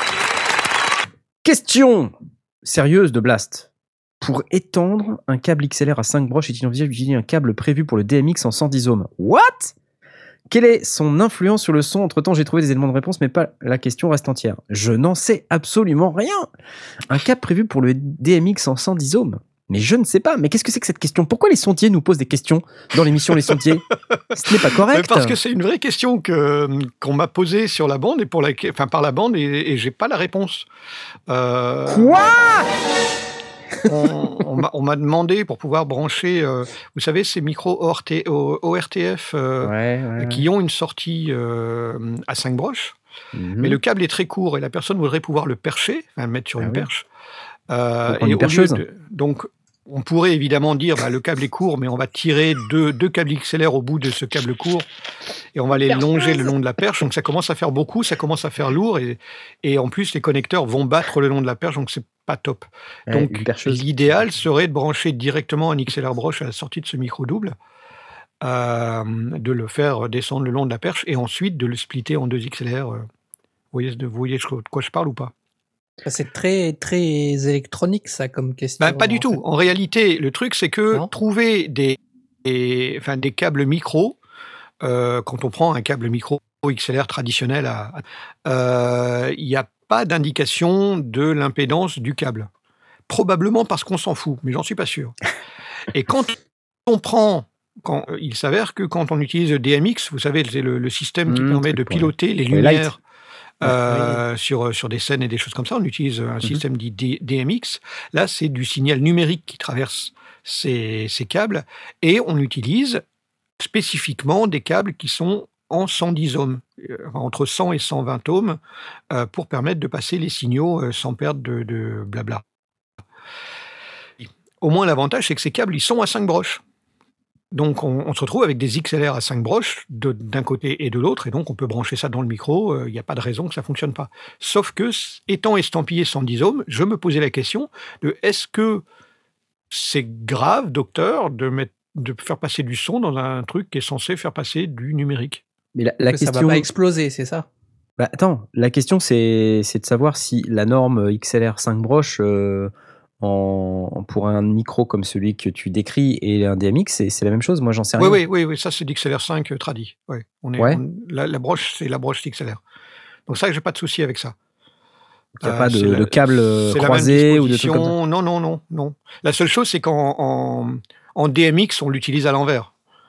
Question sérieuse de Blast. Pour étendre un câble X L R à cinq broches, est-il envisageable d'utiliser un câble prévu pour le D M X en cent dix ohms? What? Quelle est son influence sur le son? Entre-temps, j'ai trouvé des éléments de réponse, mais pas la question reste entière. Je n'en sais absolument rien. Un câble prévu pour le D M X en cent dix ohms? Mais je ne sais pas. Mais qu'est-ce que c'est que cette question? Pourquoi les sondiers nous posent des questions dans l'émission Les Sondiers? Ce n'est pas Mais correct. parce que c'est une vraie question que, qu'on m'a posée sur la bande et pour laquelle, enfin par la bande et, et j'ai pas la réponse. Euh, Quoi? on, on m'a, on m'a demandé pour pouvoir brancher, euh, vous savez, ces micros O R T, O- ORTF euh, Ouais, ouais, ouais. qui ont une sortie euh, à cinq broches, Mhm. mais le câble est très court et la personne voudrait pouvoir le percher, enfin le mettre sur Ah une oui. perche. Euh, Donc, on et une au lieu percheuse. de- donc, on pourrait évidemment dire, bah, le câble est court, mais on va tirer deux, deux câbles X L R au bout de ce câble court et on va les longer le long de la perche. Donc, ça commence à faire beaucoup, ça commence à faire lourd et, et en plus, les connecteurs vont battre le long de la perche, donc c'est pas top. Ouais, Donc, une percheuse. l'idéal serait de brancher directement un X L R broche à la sortie de ce micro double, euh, de le faire descendre le long de la perche et ensuite de le splitter en deux X L R. euh. Vous voyez, vous voyez de quoi je parle ou pas? C'est très, très électronique, ça, comme question. Ben, pas du en tout. fait. En réalité, le truc, c'est que Non. trouver des, des, enfin, des câbles micro, euh, quand on prend un câble micro X L R traditionnel, à- euh, il n'y a pas d'indication de l'impédance du câble. Probablement parce qu'on s'en fout, mais j'en suis pas sûr. Et quand on prend, quand, il s'avère que quand on utilise le D M X, vous savez, c'est le, le système qui Mmh, permet truc, de ouais. piloter les Pour les lights. lumières euh, sur, sur des scènes et des choses comme ça. On utilise un système dit D- DMX. Là, c'est du signal numérique qui traverse ces, ces câbles. Et on utilise spécifiquement des câbles qui sont en cent dix ohms, euh, entre cent et cent vingt ohms, euh, pour permettre de passer les signaux euh, sans perdre de, de blabla. Au moins, l'avantage, c'est que ces câbles, ils sont à cinq broches. Donc, on, on se retrouve avec des X L R à cinq broches de- d'un côté et de l'autre, et donc on peut brancher ça dans le micro. Il n'y a pas de raison que ça fonctionne pas. Sauf que, s- étant estampillé cent dix ohms, je me posais la question de est-ce que c'est grave, docteur, de mettre, de faire passer du son dans un truc qui est censé faire passer du numérique? Mais la, la Que ça question. va pas exploser, c'est ça? Bah, attends, la question c'est c'est de savoir si la norme X L R cinq broches euh, en, en- pour un micro comme celui que tu décris et un D M X, c'est c'est la même chose. Moi, j'en sais Oui, rien. oui, oui, oui, ça c'est d'X L R cinq euh, tradi. Ouais, on est, Ouais. on- la, la broche, c'est la broche d'X L R. Donc ça, j'ai pas de souci avec ça. Il n'y a Euh, pas c'est de, la, de câble euh, c'est la même croisé ou de trucs comme ça. disposition. Non, non, non, non. La seule chose, c'est qu'en en, en D M X, on l'utilise à l'envers.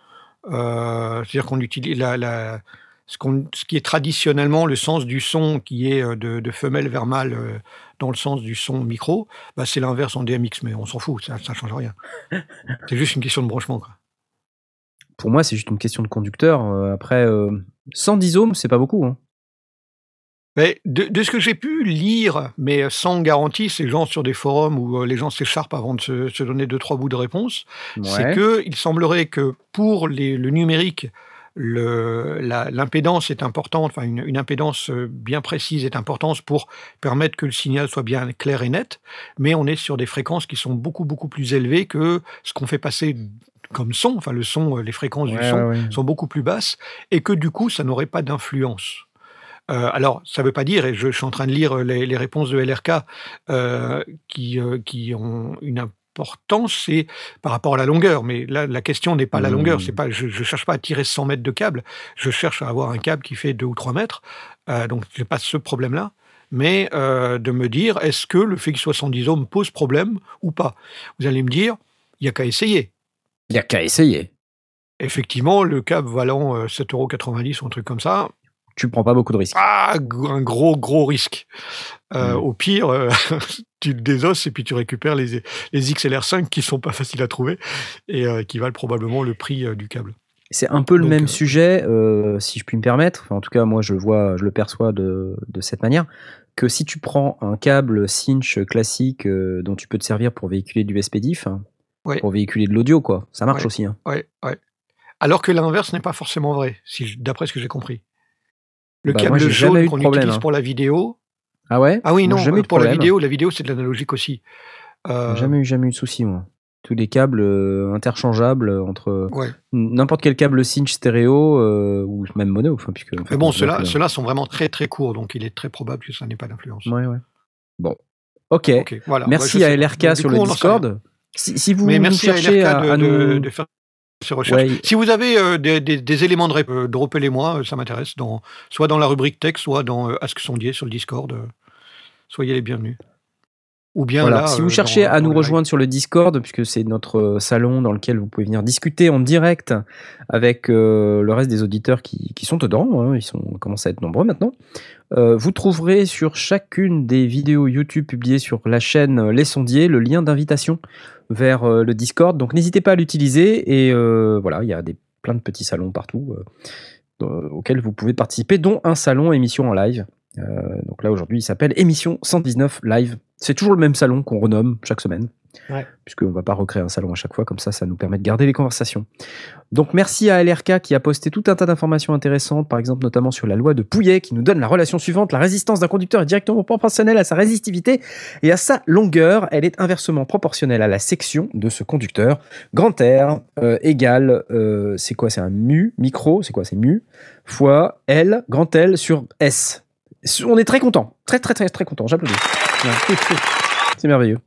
Euh, c'est-à-dire qu'on utilise la, la, ce, qu'on- ce qui est traditionnellement le sens du son, qui est euh, de, de femelle vers mâle euh, dans le sens du son micro, bah, c'est l'inverse en D M X, mais on s'en fout, ça ne change rien. C'est juste une question de branchement, quoi. Pour moi, c'est juste une question de conducteur. Euh, après, euh, cent dix ohms, c'est pas beaucoup. Hein. Mais de, de ce que j'ai pu lire, mais sans garantie, ces gens sur des forums où euh, les gens s'écharpent avant de se, se donner deux, trois bouts de réponse, c'est Ouais. que il semblerait que pour les, le numérique, le, la, l'impédance est importante, enfin une, une impédance euh, bien précise est importante pour permettre que le signal soit bien clair et net, mais on est sur des fréquences qui sont beaucoup, beaucoup plus élevées que ce qu'on fait passer comme son, enfin le son, euh, les fréquences du Ouais, son ouais, ouais. sont beaucoup plus basses, et que du coup, ça n'aurait pas d'influence. Euh, alors, ça ne veut pas dire, et je, je suis en train de lire les, les réponses de L R K euh, qui, euh, qui ont une importance, c'est par rapport à la longueur. Mais là, la question n'est pas la longueur. C'est Mmh. pas, je ne cherche pas à tirer cent mètres de câble, je cherche à avoir un câble qui fait deux ou trois mètres. Euh, donc, je n'ai pas ce problème-là. Mais euh, de me dire, est-ce que le fait qu'il soit cent dix ohms pose problème ou pas? Vous allez me dire, il n'y a qu'à essayer. Il n'y a qu'à essayer. Effectivement, le câble valant euh, sept euros quatre-vingt-dix ou un truc comme ça, Tu prends pas beaucoup de risques. ah, un gros, gros risque. Euh, Mm. Au pire, euh, tu le désosses et puis tu récupères les, les X L R cinq qui sont pas faciles à trouver et euh, qui valent probablement le prix euh, du câble. C'est un peu le Donc, même euh, sujet, euh, si je puis me permettre. Enfin, en tout cas, moi, je le vois, je le perçois de, de cette manière, que si tu prends un câble cinch classique euh, dont tu peux te servir pour véhiculer du U S B diff, hein, Ouais. pour véhiculer de l'audio, quoi, ça marche Ouais. aussi. Hein. Ouais, ouais. Alors que l'inverse n'est pas forcément vrai, si je- d'après ce que j'ai compris. Le Bah, moi, câble j'ai jamais eu jaune de qu'on problème. utilise hein. pour la vidéo. Ah ouais Ah oui, Moi, non, j'ai jamais eu euh, de pour la problème. vidéo, la vidéo c'est de l'analogique aussi. Euh, Jamais eu, jamais eu de souci, moi. Tous les câbles euh, interchangeables entre ouais. n'importe quel câble cinch stéréo euh, ou même mono. Enfin, puisque, en fait, Mais bon, on voit ceux-là, que- ceux-là sont vraiment très très courts, donc il est très probable que ça n'ait pas d'influence. Ouais, ouais. Bon. Ok. Ok, voilà. Merci Ouais, je à sais pas. L R K Donc, du sur coup, le on n'en sait rien. Discord. Si, si vous Mais nous merci à cherchez L R K à, de, à de- nous... de faire ces recherches. Ouais. Si vous avez euh, des, des- des éléments de réponse, euh, droppez-les-moi, euh, ça m'intéresse, dans, soit dans la rubrique texte, soit dans euh, Ask Sondier sur le Discord. euh, soyez les bienvenus. Ou bien Voilà. là, Si vous euh, cherchez dans, à dans nous le live. rejoindre sur le Discord, puisque c'est notre euh, salon dans lequel vous pouvez venir discuter en direct avec euh, le reste des auditeurs qui, qui sont dedans, hein, ils sont, commencent à être nombreux maintenant, euh, vous trouverez sur chacune des vidéos YouTube publiées sur la chaîne euh, Les Sondiers le lien d'invitation vers euh, le Discord. Donc n'hésitez pas à l'utiliser et euh, voilà, il y a des, plein de petits salons partout euh, euh, auxquels vous pouvez participer, dont un salon émission en live. Euh, donc là aujourd'hui il s'appelle émission cent dix-neuf live. C'est toujours le même salon qu'on renomme chaque semaine, Ouais. puisqu'on ne va pas recréer un salon à chaque fois, comme ça ça nous permet de garder les conversations. Donc merci à L R K qui a posté tout un tas d'informations intéressantes, par exemple notamment sur la loi de Pouillet qui nous donne la relation suivante: la résistance d'un conducteur est directement proportionnelle à sa résistivité et à sa longueur. Elle est inversement proportionnelle à la section de ce conducteur. Grand R euh, égale, euh, c'est quoi? C'est un mu, micro, c'est quoi? C'est mu, fois L, grand L sur S. On est très content, très très très très content, j'applaudis. Ouais. C'est merveilleux.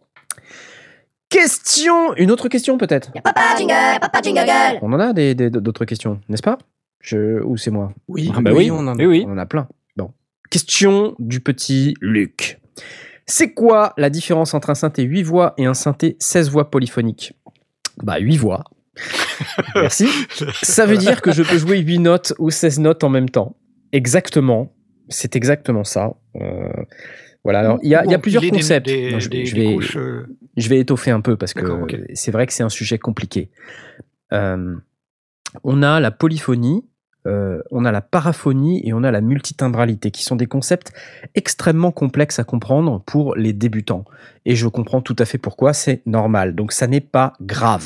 Question, une autre question peut-être. Papa jingle, papa jingle. On en a des, des- d'autres questions, n'est-ce pas? Je, ou c'est moi? Oui, Ah bah oui, on en a. oui, oui. On en a plein. Bon. Question du petit Luc. C'est quoi la différence entre un synthé huit voix et un synthé seize voix polyphonique? Bah huit voix. Merci. Ça veut dire que je peux jouer huit notes ou seize notes en même temps. Exactement. C'est exactement ça. Euh, voilà. Alors, il y a, il y a Bon, plusieurs il est des- concepts. des- Non, je, des- je des vais, couches, euh, je vais étoffer un peu parce que D'accord, ok. c'est vrai que c'est un sujet compliqué. Euh, on a la polyphonie, euh, on a la paraphonie et on a la multitimbralité, qui sont des concepts extrêmement complexes à comprendre pour les débutants. Et je comprends tout à fait pourquoi, c'est normal. Donc ça n'est pas grave.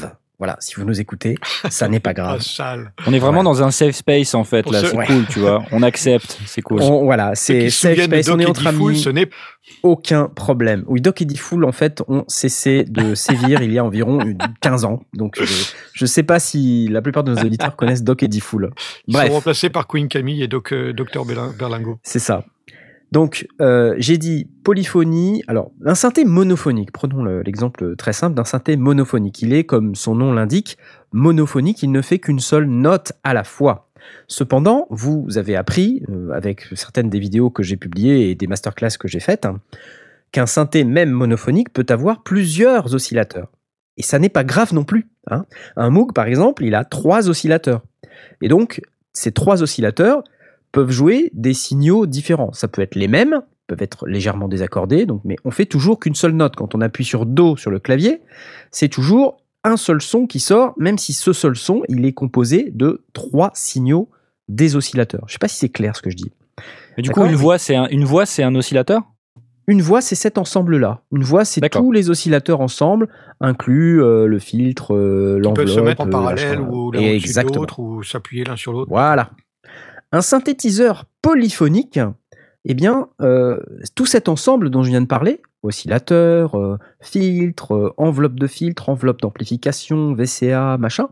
Voilà, si vous nous écoutez, ça n'est pas Ah, grave. sale. On est vraiment Ouais. dans un safe space en fait, Pour là, ceux- c'est Ouais. cool, tu vois. On accepte, c'est cool. On- voilà, Ceux c'est qui se safe souviennent de space, on Doc est et entre Diffoul, amis, ce n'est aucun problème. Oui, Doc et Diffoul, en fait, ont cessé de sévir il y a environ une- quinze ans. Donc, euh, je ne sais pas si la plupart de nos auditeurs connaissent Doc et Diffoul. Ils sont Bref, remplacés par Queen Camille et Doc, euh, Docteur Berlin- Berlingo. c'est ça. Donc, euh, j'ai dit polyphonie. Alors, un synthé monophonique. Prenons le- l'exemple très simple d'un synthé monophonique. Il est, comme son nom l'indique, monophonique. Il ne fait qu'une seule note à la fois. Cependant, vous avez appris, euh, avec certaines des vidéos que j'ai publiées et des masterclass que j'ai faites, hein, qu'un synthé même monophonique peut avoir plusieurs oscillateurs. Et ça n'est pas grave non plus, hein. Un Moog, par exemple, il a trois oscillateurs. Et donc, ces trois oscillateurs peuvent jouer des signaux différents. Ça peut être les mêmes, peuvent être légèrement désaccordés, donc, mais on fait toujours qu'une seule note. Quand on appuie sur Do sur le clavier, c'est toujours un seul son qui sort, même si ce seul son, il est composé de trois signaux des oscillateurs. Je ne sais pas si c'est clair ce que je dis. Mais du coup, D'accord. une voix, c'est un, une voix, c'est un oscillateur. Une voix, c'est cet ensemble-là. Une voix, c'est D'accord. tous les oscillateurs ensemble, inclus euh, le filtre, euh, Ils l'enveloppe. peuvent se mettre en euh, parallèle machin. ou l'un Et au-dessus de exactement. l'autre ou s'appuyer l'un sur l'autre. Voilà. Un synthétiseur polyphonique, eh bien, euh, tout cet ensemble dont je viens de parler, oscillateur, euh, filtre, euh, enveloppe de filtre, enveloppe d'amplification, V C A, machin,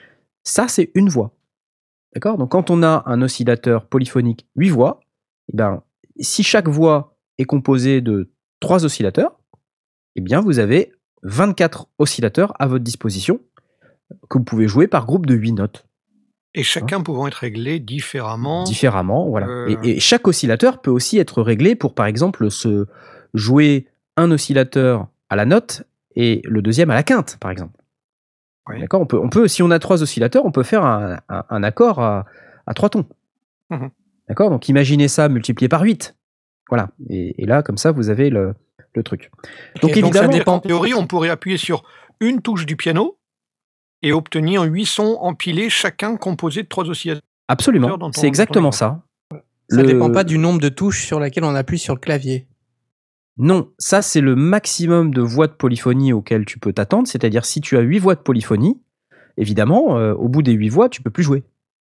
ça, c'est une voix. D'accord? Donc, quand on a un oscillateur polyphonique huit voix, eh ben, si chaque voix est composée de trois oscillateurs, eh bien, vous avez vingt-quatre oscillateurs à votre disposition que vous pouvez jouer par groupe de huit notes. Et chacun pouvant être réglé différemment. Différemment, voilà. Euh. Et, et chaque oscillateur peut aussi être réglé pour, par exemple, se jouer un oscillateur à la note et le deuxième à la quinte, par exemple. Oui. D'accord, on peut, on peut, si on a trois oscillateurs, on peut faire un, un- un accord à, à trois tons. Mhm. D'accord, donc imaginez ça multiplié par huit. Voilà. Et, et là, comme ça, vous avez le, le truc. Ok, Donc, donc ça évidemment, dépend. En théorie, on pourrait appuyer sur une touche du piano et obtenir huit sons empilés, chacun composé de trois oscillateurs. absolument, dans ton- c'est exactement dans ton ça. Ça Le- dépend pas du nombre de touches sur laquelle on appuie sur le clavier. Non, ça c'est le maximum de voix de polyphonie auquel tu peux t'attendre, c'est-à-dire si tu as huit voix de polyphonie, évidemment, euh, au bout des huit voix, tu peux plus jouer.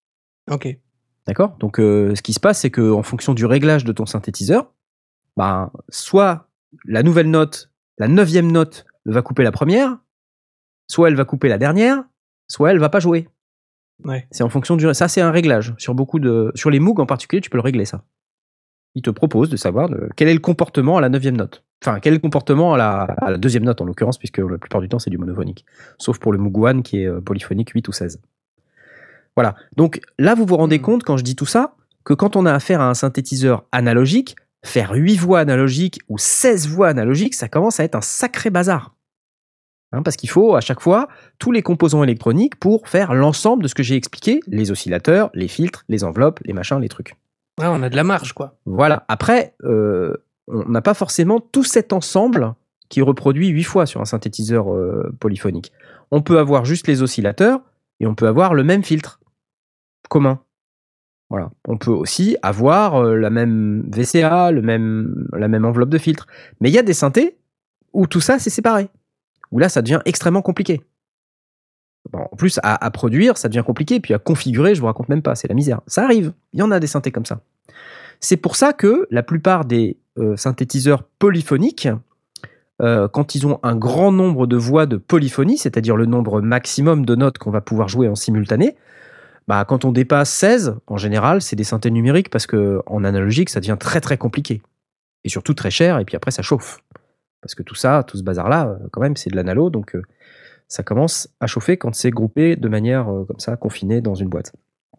Ok. D'accord? Donc euh, ce qui se passe, c'est qu'en fonction du réglage de ton synthétiseur, ben, soit la nouvelle note, la neuvième note va couper la première, soit elle va couper la dernière, soit elle va pas jouer. Ouais. C'est en fonction du... Ça, c'est un réglage. Sur beaucoup de... Sur les Moog en particulier, tu peux le régler, ça. Il te propose de savoir de- quel est le comportement à la neuvième note. Enfin, quel est le comportement à la, à la deuxième note, en l'occurrence, puisque la plupart du temps, c'est du monophonique. Sauf pour le Moog One, qui est euh, polyphonique huit ou seize. Voilà. Donc là, vous vous rendez Hmm. compte, quand je dis tout ça, que quand on a affaire à un synthétiseur analogique, faire huit voix analogiques ou seize voix analogiques, ça commence à être un sacré bazar. Hein, parce qu'il faut à chaque fois tous les composants électroniques pour faire l'ensemble de ce que j'ai expliqué, les oscillateurs, les filtres, les enveloppes, les machins, les trucs. Ouais, on a de la marge, quoi. Voilà. Après, euh, on n'a pas forcément tout cet ensemble qui reproduit huit fois sur un synthétiseur euh, polyphonique. On peut avoir juste les oscillateurs et on peut avoir le même filtre commun. Voilà. On peut aussi avoir euh, la même V C A, le même, la même enveloppe de filtre. Mais il y a des synthés où tout ça, c'est séparé. Où là, ça devient extrêmement compliqué. Bon, en plus, à, à produire, ça devient compliqué. Puis à configurer, je vous raconte même pas, c'est la misère. Ça arrive, il y en a des synthés comme ça. C'est pour ça que la plupart des euh, synthétiseurs polyphoniques, euh, quand ils ont un grand nombre de voix de polyphonie, c'est-à-dire le nombre maximum de notes qu'on va pouvoir jouer en simultané, bah, quand on dépasse seize, en général, c'est des synthés numériques parce qu'en analogique, ça devient très très compliqué. Et surtout très cher, et puis après, ça chauffe. Parce que tout ça, tout ce bazar-là, euh, quand même, c'est de l'analo, donc euh, ça commence à chauffer quand c'est groupé de manière euh, comme ça, confinée dans une boîte.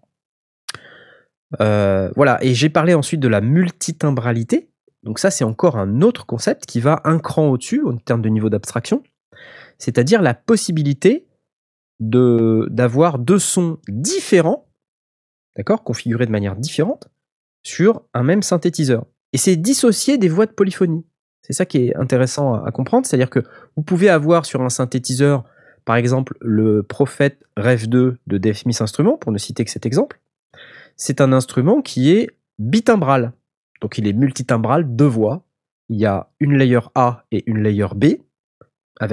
Euh, voilà, et j'ai parlé ensuite de la multitimbralité. Donc ça, c'est encore un autre concept qui va un cran au-dessus en termes de niveau d'abstraction, c'est-à-dire la possibilité de, d'avoir deux sons différents, d'accord, configurés de manière différente, sur un même synthétiseur. Et c'est dissocié des voix de polyphonie. C'est ça qui est intéressant à, à comprendre, c'est-à-dire que vous pouvez avoir sur un synthétiseur, par exemple, le Prophet Rev deux de Dave Smith Instruments, pour ne citer que cet exemple. C'est un instrument qui est bitimbral. Donc il est multitimbral, deux voix. Il y a une layer A et une layer B, avec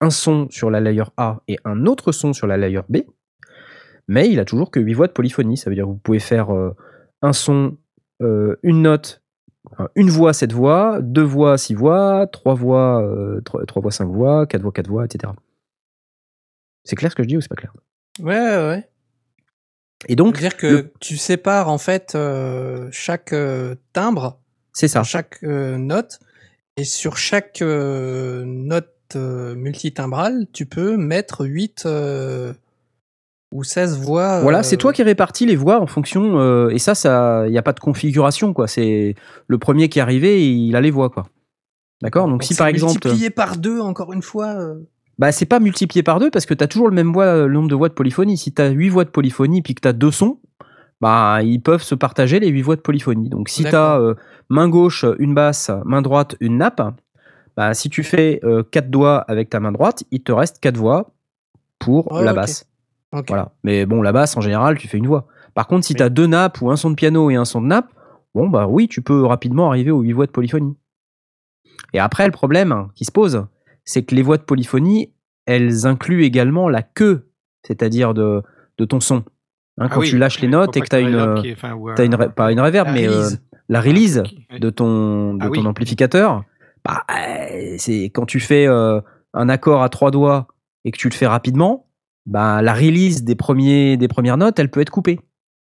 un son sur la layer A et un autre son sur la layer B, mais il a toujours que huit voix de polyphonie. Ça veut dire que vous pouvez faire euh, un son, euh, une note, enfin, une voix, sept voix, deux voix, six voix, trois voix, euh, trois, trois voix, cinq voix, quatre voix, quatre voix, et cetera. C'est clair ce que je dis ou c'est pas clair? Ouais, ouais, ouais. Et donc, C'est-à-dire que le- tu sépares en fait euh, chaque euh, timbre, c'est ça. chaque euh, note, et sur chaque euh, note euh, multitimbrale, tu peux mettre huit euh, ou seize voix. Voilà, euh, c'est toi qui répartis les voix en fonction, euh, et ça, ça, il n'y a pas de configuration, quoi. C'est le premier qui est arrivé, il a les voix, quoi. D'accord? Donc, si c'est par exemple, multiplié par deux, encore une fois. euh, bah, c'est pas multiplié par deux parce que tu as toujours le même voix, le nombre de voix de polyphonie. Si tu as huit voix de polyphonie puis que tu as deux sons, bah, ils peuvent se partager les huit voix de polyphonie. Donc, si tu as D'accord. euh, main gauche, une basse, main droite, une nappe, bah, si tu fais euh, quatre doigts avec ta main droite, il te reste quatre voix pour Oh, la ok. basse. Ok. Voilà. Mais bon, la basse, en général, tu fais une voix. Par contre, si Oui. tu as deux nappes ou un son de piano et un son de nappe, bon, bah oui, tu peux rapidement arriver aux huit voix de polyphonie. Et après, le problème qui se pose, c'est que les voix de polyphonie, elles incluent également la queue, c'est-à-dire de, de ton son. Hein, Ah quand oui, tu lâches les faut notes pas et que que tu as le une, reverb euh, qui est- enfin, ou t'as une, un- ré- pas une reverb, La mais euh, release. la release qui- ouais. de ton, de Ah ton oui. amplificateur, bah, euh, c'est quand tu fais euh, un accord à trois doigts et que tu le fais rapidement, bah, la release des, premiers, des premières notes, elle peut être coupée.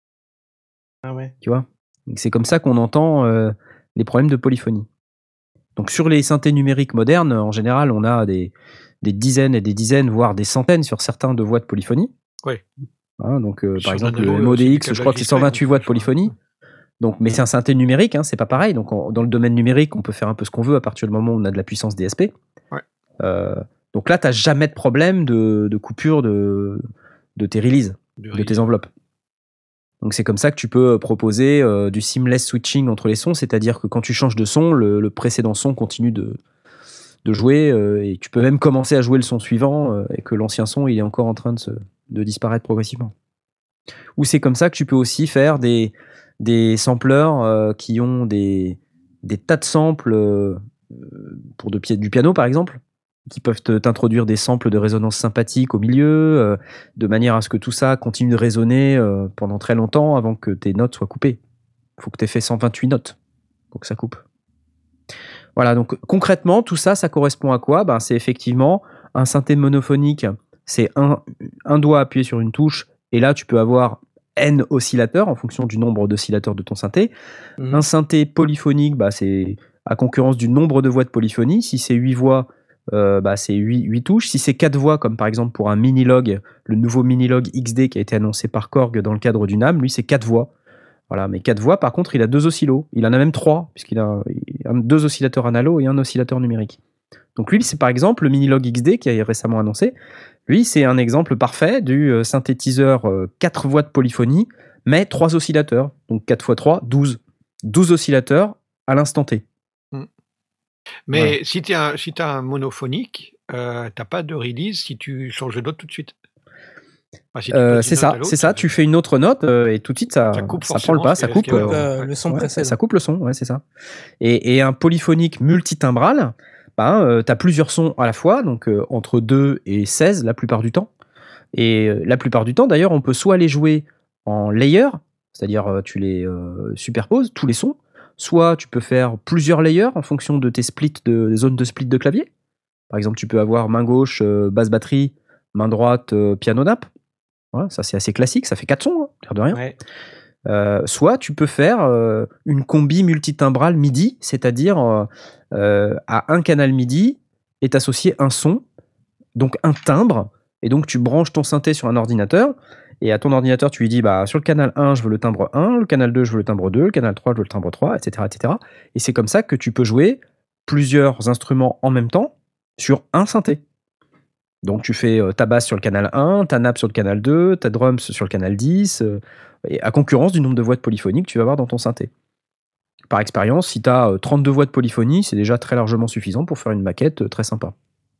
Ah ouais. Tu vois. Donc, c'est comme ça qu'on entend euh, les problèmes de polyphonie. Donc sur les synthés numériques modernes, en général, on a des, des dizaines et des dizaines, voire des centaines sur certains de voix de polyphonie. Ouais. Hein, donc euh, par Sur exemple, l'analo, le il y a aussi du M O D X, je câblage crois que c'est discret, cent vingt-huit donc, voix de je crois. polyphonie. Donc, mais c'est un synthé numérique, hein, c'est pas pareil. Donc en- dans le domaine numérique, on peut faire un peu ce qu'on veut à partir du moment où on a de la puissance D S P. Ouais. Euh, donc là, tu n'as jamais de problème de, de coupure de, de tes releases, Du de release. tes enveloppes. Donc c'est comme ça que tu peux proposer euh, du seamless switching entre les sons, c'est-à-dire que quand tu changes de son, le, le précédent son continue de, de jouer euh, et tu peux même commencer à jouer le son suivant euh, et que l'ancien son il est encore en train de, se, de disparaître progressivement. Ou c'est comme ça que tu peux aussi faire des, des sampleurs euh, qui ont des, des tas de samples euh, pour de, du piano par exemple, qui peuvent te- t'introduire des samples de résonance sympathique au milieu, euh, de manière à ce que tout ça continue de résonner euh, pendant très longtemps avant que tes notes soient coupées. Il faut que tu aies fait cent vingt-huit notes pour que ça coupe. Voilà, donc concrètement, tout ça, ça correspond à quoi? Ben, c'est effectivement un synthé monophonique, c'est un, un doigt appuyé sur une touche, et là, tu peux avoir N oscillateurs en fonction du nombre d'oscillateurs de ton synthé. Mhm. Un synthé polyphonique, bah, c'est à concurrence du nombre de voix de polyphonie. Si c'est huit voix, euh, bah, c'est huit, huit touches. Si c'est quatre voix, comme par exemple pour un Minilog, le nouveau Minilog X D qui a été annoncé par Korg dans le cadre du NAMM, lui, c'est quatre voix. Voilà, mais quatre voix, par contre, il a deux oscillos. Il en a même trois, puisqu'il a un- deux oscillateurs analo et un oscillateur numérique. Donc lui, c'est par exemple le Minilog X D qui a récemment annoncé. Lui, c'est un exemple parfait du euh, synthétiseur euh, quatre voix de polyphonie, mais trois oscillateurs. Donc quatre fois trois, douze. douze oscillateurs à l'instant T. Mais Voilà. si tu as, si t'as un monophonique, euh, t'as pas de release si tu changes de note tout de suite. Enfin, si tu Euh, passes c'est d'une note à ça, l'autre, c'est ça. Tu fais une autre note euh, et tout de suite, ça, Ça coupe ça prend le forcément pas, ce ça qui est- coupe. ce qui est avant. euh, Euh, ouais. le son ouais, précédent. ça coupe le son, ouais, c'est ça. Et, et un polyphonique multitimbral, ben, euh, tu as plusieurs sons à la fois, donc euh, entre deux et seize la plupart du temps. Et euh, la plupart du temps, d'ailleurs, on peut soit les jouer en layer, c'est-à-dire euh, tu les euh, superposes, tous les sons, soit tu peux faire plusieurs layers en fonction de tes splits de, des zones de split de clavier. Par exemple, tu peux avoir main gauche, euh, basse batterie, main droite, euh, piano nappe. Voilà, ça c'est assez classique, ça fait quatre sons, hein, l'air de rien. Ouais. Euh, soit tu peux faire euh, une combi multitimbrale MIDI, c'est-à-dire euh, euh, à un canal MIDI est associé un son, donc un timbre, et donc tu branches ton synthé sur un ordinateur, et à ton ordinateur tu lui dis bah, sur le canal un je veux le timbre un, le canal deux je veux le timbre deux, le canal trois je veux le timbre trois, et cetera, et cetera. Et c'est comme ça que tu peux jouer plusieurs instruments en même temps sur un synthé. Donc tu fais euh, ta basse sur le canal un, ta nappe sur le canal deux, ta drums sur le canal dix, euh, et à concurrence du nombre de voix de polyphonie que tu vas avoir dans ton synthé. Par expérience, si tu as euh, trente-deux voix de polyphonie, c'est déjà très largement suffisant pour faire une maquette euh, très sympa.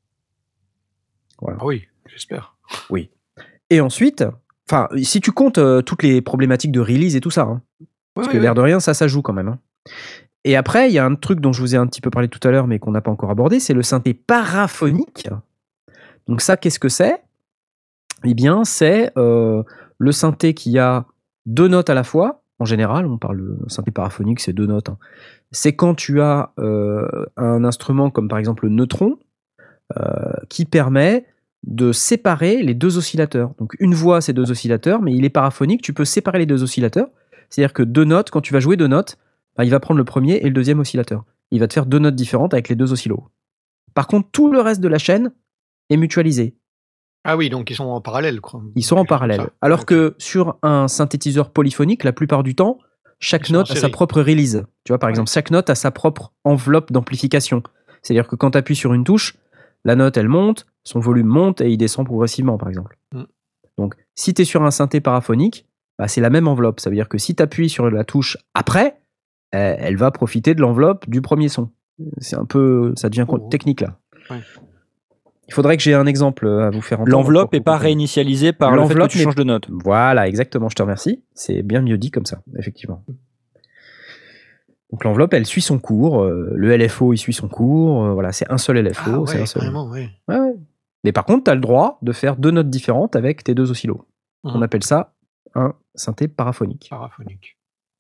Voilà. Ah oui, j'espère. Oui. Et ensuite, enfin, si tu comptes euh, toutes les problématiques de release et tout ça, hein, Oui, parce oui, que oui. l'air de rien, ça, ça joue quand même. Hein. Et après, il y a un truc dont je vous ai un petit peu parlé tout à l'heure, mais qu'on n'a pas encore abordé, c'est le synthé paraphonique. Donc ça, qu'est-ce que c'est ? Eh bien, c'est euh, le synthé qui a deux notes à la fois. En général, on parle de synthé paraphonique, c'est deux notes. Hein. C'est quand tu as euh, un instrument comme par exemple le neutron euh, qui permet de séparer les deux oscillateurs. Donc une voix, c'est deux oscillateurs, mais il est paraphonique, tu peux séparer les deux oscillateurs. C'est-à-dire que deux notes, quand tu vas jouer deux notes, ben, il va prendre le premier et le deuxième oscillateur. Il va te faire deux notes différentes avec les deux oscillos. Par contre, tout le reste de la chaîne est mutualisé. Ah oui, donc ils sont en parallèle, quoi. Ils sont en parallèle. Alors okay. que sur un synthétiseur polyphonique, la plupart du temps, chaque note a sa propre release. Tu vois, par ouais. exemple, chaque note a sa propre enveloppe d'amplification. C'est-à-dire que quand tu appuies sur une touche, la note, elle monte, son volume monte et il descend progressivement, par exemple. Mm. Donc, si tu es sur un synthé paraphonique, bah, c'est la même enveloppe. Ça veut dire que si tu appuies sur la touche après, elle, elle va profiter de l'enveloppe du premier son. C'est un peu... Ça devient oh. technique, là. Ouais. Il faudrait que j'ai un exemple à vous faire entendre. L'enveloppe n'est pas réinitialisée par le fait que tu changes de note. Voilà, exactement, je te remercie. C'est bien mieux dit comme ça, effectivement. Donc l'enveloppe, elle suit son cours. Le L F O, il suit son cours. Voilà, c'est un seul L F O. Ah ouais, c'est un seul... carrément, ouais. Ouais, ouais. Mais par contre, tu as le droit de faire deux notes différentes avec tes deux oscillos. Mmh. On appelle ça un synthé paraphonique. Paraphonique.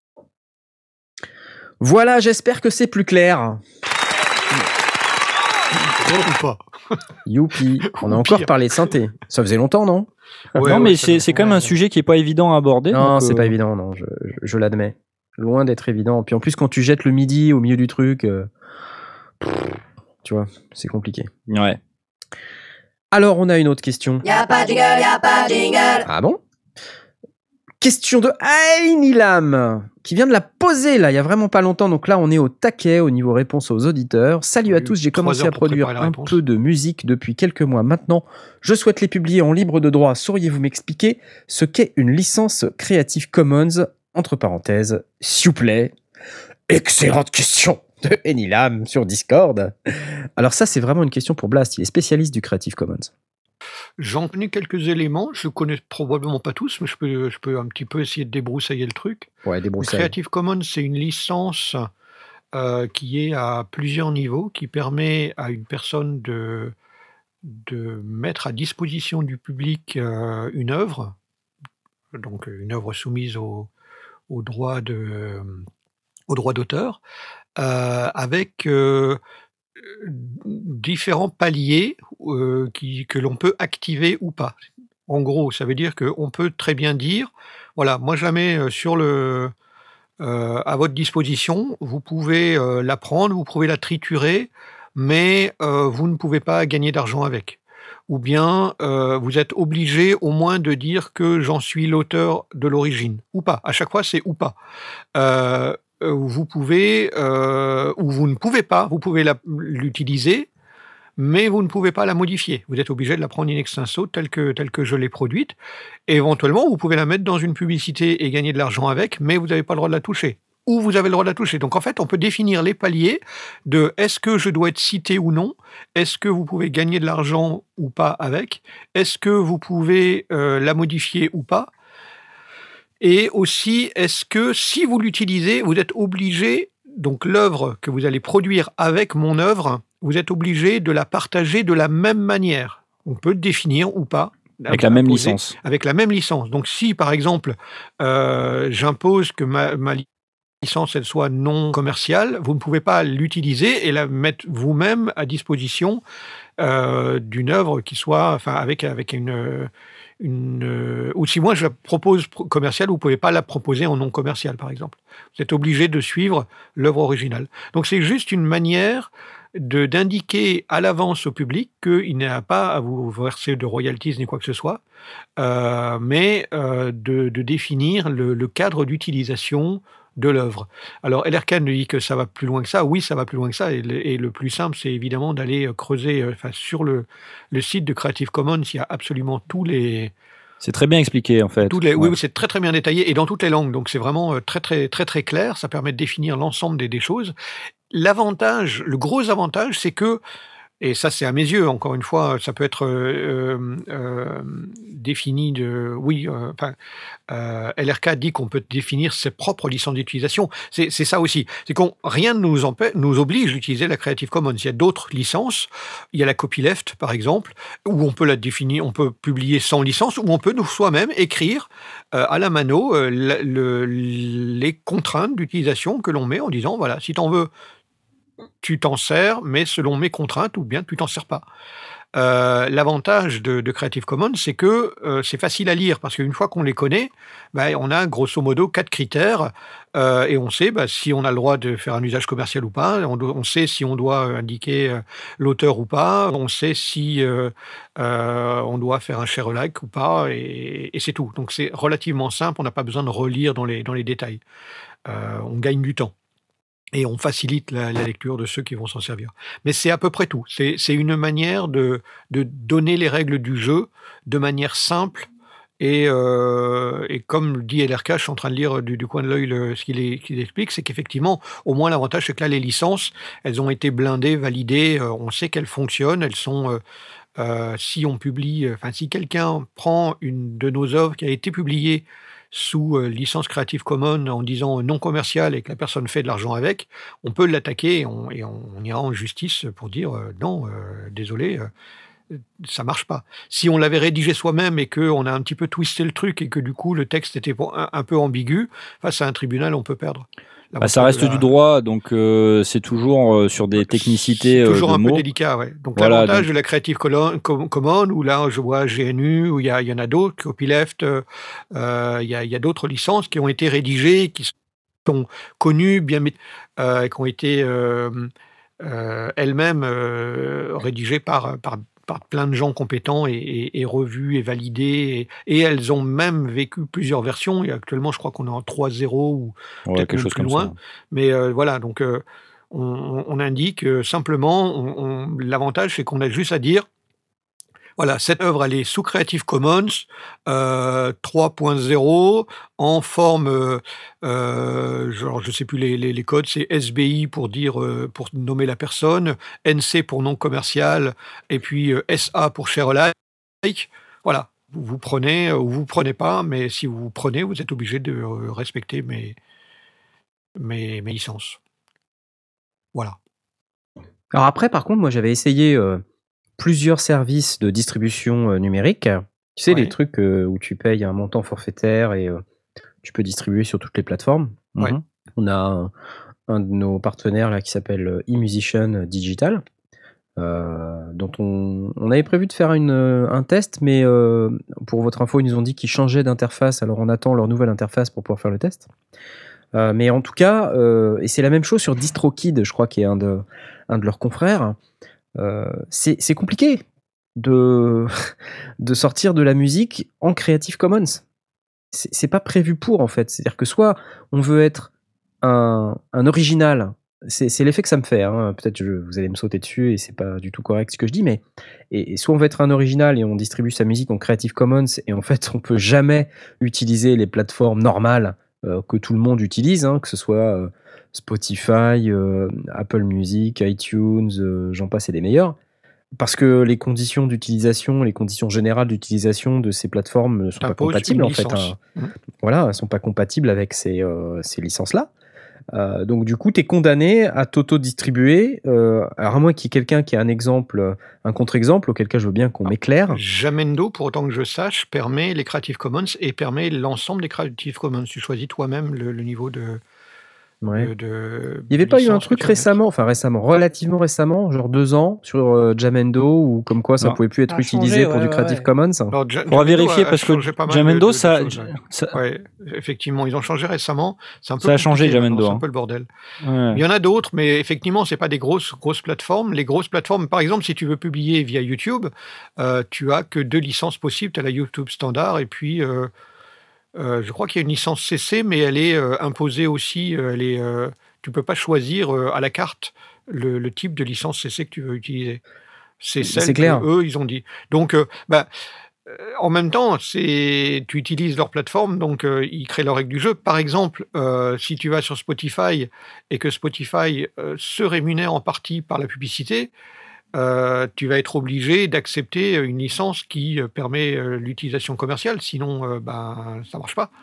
Voilà, j'espère que c'est plus clair. Ou pas. Youpi, on a encore parlé de synthé. Ça faisait longtemps, non ? ouais, Non, mais ouais, c'est, c'est quand même un sujet qui n'est pas évident à aborder. Non, donc c'est euh... pas évident, non, je, je, je l'admets. Loin d'être évident. Puis en plus, quand tu jettes le midi au milieu du truc, euh, pff, tu vois, c'est compliqué. Ouais. Alors, on a une autre question. Y'a pas de jingle, y'a pas de jingle. Ah bon ? Question de Ainilam, qui vient de la poser là, il y a vraiment pas longtemps. Donc là, on est au taquet au niveau réponse aux auditeurs. Salut à tous, j'ai commencé à produire un peu de musique depuis quelques mois maintenant. Je souhaite les publier en libre de droit. Sauriez-vous m'expliquer ce qu'est une licence Creative Commons ? Entre parenthèses, s'il vous plaît. Excellente question de Ainilam sur Discord. Alors ça, c'est vraiment une question pour Blast. Il est spécialiste du Creative Commons. J'en connais quelques éléments, je connais probablement pas tous, mais je peux, je peux un petit peu essayer de débroussailler le truc. Ouais, débroussailler. Creative Commons, c'est une licence euh, qui est à plusieurs niveaux, qui permet à une personne de, de mettre à disposition du public euh, une œuvre, donc une œuvre soumise au, au droit de, au droit d'auteur, euh, avec euh, différents paliers euh, qui, que l'on peut activer ou pas. En gros, ça veut dire qu'on peut très bien dire, voilà, moi je la mets sur le, euh, à votre disposition, vous pouvez euh, la prendre, vous pouvez la triturer, mais euh, vous ne pouvez pas gagner d'argent avec. Ou bien euh, vous êtes obligé au moins de dire que j'en suis l'auteur de l'origine, ou pas. À chaque fois, c'est ou pas. Euh, vous pouvez, euh, ou vous ne pouvez pas, vous pouvez la, l'utiliser, mais vous ne pouvez pas la modifier. Vous êtes obligé de la prendre in extenso telle que, telle que je l'ai produite. Et éventuellement, vous pouvez la mettre dans une publicité et gagner de l'argent avec, mais vous n'avez pas le droit de la toucher. Ou vous avez le droit de la toucher. Donc en fait, on peut définir les paliers de est-ce que je dois être cité ou non, est-ce que vous pouvez gagner de l'argent ou pas avec, est-ce que vous pouvez euh, la modifier ou pas. Et aussi, est-ce que si vous l'utilisez, vous êtes obligé, donc l'œuvre que vous allez produire avec mon œuvre, vous êtes obligé de la partager de la même manière. On peut définir ou pas. Avec la même licence. Avec la même licence. Donc si, par exemple, euh, j'impose que ma, ma licence elle soit non commerciale, vous ne pouvez pas l'utiliser et la mettre vous-même à disposition euh, d'une œuvre qui soit, enfin, avec, avec une... Une, euh, ou si moi je la propose commerciale, vous ne pouvez pas la proposer en non commercial, par exemple. Vous êtes obligé de suivre l'œuvre originale. Donc c'est juste une manière de, d'indiquer à l'avance au public qu'il n'a pas à vous verser de royalties ni quoi que ce soit, euh, mais euh, de, de définir le, le cadre d'utilisation de l'œuvre. Alors, L R K nous dit que ça va plus loin que ça. Oui, ça va plus loin que ça. Et le, et le plus simple, c'est évidemment d'aller creuser. Euh, enfin, sur le, le site de Creative Commons, il y a absolument tous les... C'est très bien expliqué, en fait. Tous les, ouais. Oui, c'est très, très bien détaillé et dans toutes les langues. Donc, c'est vraiment très, très, très, très clair. Ça permet de définir l'ensemble des, des choses. L'avantage, le gros avantage, c'est que Et ça, c'est à mes yeux, encore une fois, ça peut être euh, euh, défini de... Oui, euh, enfin, euh, L R K dit qu'on peut définir ses propres licences d'utilisation. C'est, c'est ça aussi. C'est qu'on rien ne nous, empê- nous oblige d'utiliser la Creative Commons. Il y a d'autres licences. Il y a la copyleft, par exemple, où on peut la définir, on peut publier sans licence, où on peut nous soi-même écrire euh, à la mano euh, la- le- les contraintes d'utilisation que l'on met en disant, voilà, si t'en veux, tu t'en sers, mais selon mes contraintes, ou bien tu t'en sers pas. Euh, l'avantage de, de Creative Commons, c'est que euh, c'est facile à lire, parce qu'une fois qu'on les connaît, bah, on a grosso modo quatre critères, euh, et on sait bah, si on a le droit de faire un usage commercial ou pas, on, doit- on sait si on doit indiquer euh, l'auteur ou pas, on sait si euh, euh, on doit faire un share alike ou pas, et, et c'est tout. Donc c'est relativement simple, on n'a pas besoin de relire dans les, dans les détails. Euh, on gagne du temps. Et on facilite la, la lecture de ceux qui vont s'en servir. Mais c'est à peu près tout. C'est, c'est une manière de, de donner les règles du jeu de manière simple. Et, euh, et comme dit L R K, je suis en train de lire du, du coin de l'œil le- ce qu'il, est- qu'il explique, c'est qu'effectivement, au moins l'avantage, c'est que là, les licences, elles ont été blindées, validées, euh, on sait qu'elles fonctionnent, elles sont... euh, euh, si on publie, euh, enfin si quelqu'un prend une de nos œuvres qui a été publiée sous euh, licence Creative Commons en disant non commercial et que la personne fait de l'argent avec, on peut l'attaquer et on, et on- on ira en justice pour dire euh, non, euh, désolé, euh, ça marche pas. Si on l'avait rédigé soi-même et qu'on a un petit peu twisté le truc et que du coup le texte était pour- un, un peu ambigu, face à un tribunal, on peut perdre. Bah, ça L'avantage reste de la- du droit, donc euh, c'est toujours euh, sur des technicités C'est euh, toujours de un peu mots. délicat, ouais. Donc Voilà, l'avantage donc- de la Creative Colo- Com- Commons, où là je vois G N U, où il y, a- il y en a d'autres, Copyleft, euh, euh, il y a, il y a d'autres licences qui ont été rédigées, qui sont connues, bien, mét- euh, qui ont été euh, euh, elles-mêmes euh, rédigées par, par, par plein de gens compétents et, et- et revues et validées. Et, et elles ont même vécu plusieurs versions. Et actuellement, je crois qu'on est en trois zéro ou Ouais, peut-être quelque même chose plus comme loin. ça. Mais euh, voilà, donc euh, on, on- on indique euh, simplement, on- on- l'avantage c'est qu'on a juste à dire, voilà, cette œuvre elle est sous Creative Commons euh, trois point zéro en forme, euh, euh, genre je sais plus les, les- les codes, c'est S B I pour dire euh, pour nommer la personne, N C pour non commercial, et puis euh, S A pour share alike. Voilà, vous, vous prenez euh, ou vous prenez pas, mais si vous prenez, vous êtes obligé de euh, respecter mes, mes, mes licences. Voilà. Alors après, par contre, moi j'avais essayé euh, plusieurs services de distribution euh, numérique. Tu sais, Ouais. les trucs euh, où tu payes un montant forfaitaire et euh, tu peux distribuer sur toutes les plateformes. Ouais. Mhm. On a un, un de nos partenaires là qui s'appelle euh, eMusician Digital, euh, dont on, on avait prévu de faire une, euh, un test, mais euh, pour votre info, ils nous ont dit qu'ils changeaient d'interface, alors on attend leur nouvelle interface pour pouvoir faire le test. Euh, mais en tout cas, euh, et c'est la même chose sur DistroKid, je crois, qui est un de, un de leurs confrères. Euh, c'est c'est compliqué de, de sortir de la musique en Creative Commons. C'est c'est pas prévu pour, en fait. C'est-à-dire que soit on veut être un, un original, c'est c'est l'effet que ça me fait, hein. Peut-être que vous allez me sauter dessus et c'est pas du tout correct ce que je dis, mais et, et soit on veut être un original et on distribue sa musique en Creative Commons et en fait on peut jamais utiliser les plateformes normales euh, que tout le monde utilise, hein, que ce soit euh, Spotify, euh, Apple Music, iTunes, euh, j'en passe et des meilleurs. Parce que les conditions d'utilisation, les conditions générales d'utilisation de ces plateformes ne sont pas T'imposes compatibles une en fait, licence. hein. Mmh. Voilà, elles sont pas compatibles avec ces, euh, ces licences-là. Euh, donc du coup, tu es condamné à t'auto-distribuer, euh, alors à moins qu'il y ait quelqu'un qui a un exemple, euh, un contre-exemple, auquel cas je veux bien qu'on m'éclaire. Jamendo, pour autant que je sache, permet les Creative Commons et permet l'ensemble des Creative Commons. Tu choisis toi-même le, le niveau de, Ouais. de, de- Il n'y avait de pas eu un licence que truc tu vas mettre. récemment, enfin récemment, relativement récemment, genre deux ans, sur euh, Jamendo, ou comme quoi ça Non. pouvait plus être Ça a utilisé changé, pour ouais, du ouais, Creative ouais. Commons. Alors, Ja- Faudra Jamendo vérifier a- a parce que changé pas mal de- Jamendo, de- de ça, choses, ouais. ça, Ouais, effectivement, ils ont changé récemment. C'est un peu Ça a changé, compliqué maintenant, Jamendo, c'est un hein. peu le bordel. ouais. Il y en a d'autres, mais effectivement, c'est pas des grosses grosses plateformes. Les grosses plateformes, par exemple, si tu veux publier via YouTube, euh, tu as que deux licences possibles. Tu as la YouTube standard et puis euh, euh, je crois qu'il y a une licence C C, mais elle est euh, imposée aussi. euh, Elle est, euh, tu peux pas choisir euh, à la carte le, le type de licence C C que tu veux utiliser. C'est C'est celle que clair. eux ils ont dit. Donc, euh, bah, euh, en même temps, c'est tu utilises leur plateforme, donc euh, ils créent leurs règles du jeu. Par exemple, euh, si tu vas sur Spotify et que Spotify euh, se rémunère en partie par la publicité, euh, tu vas être obligé d'accepter une licence qui euh, permet euh, l'utilisation commerciale, sinon euh, ben, ça marche pas.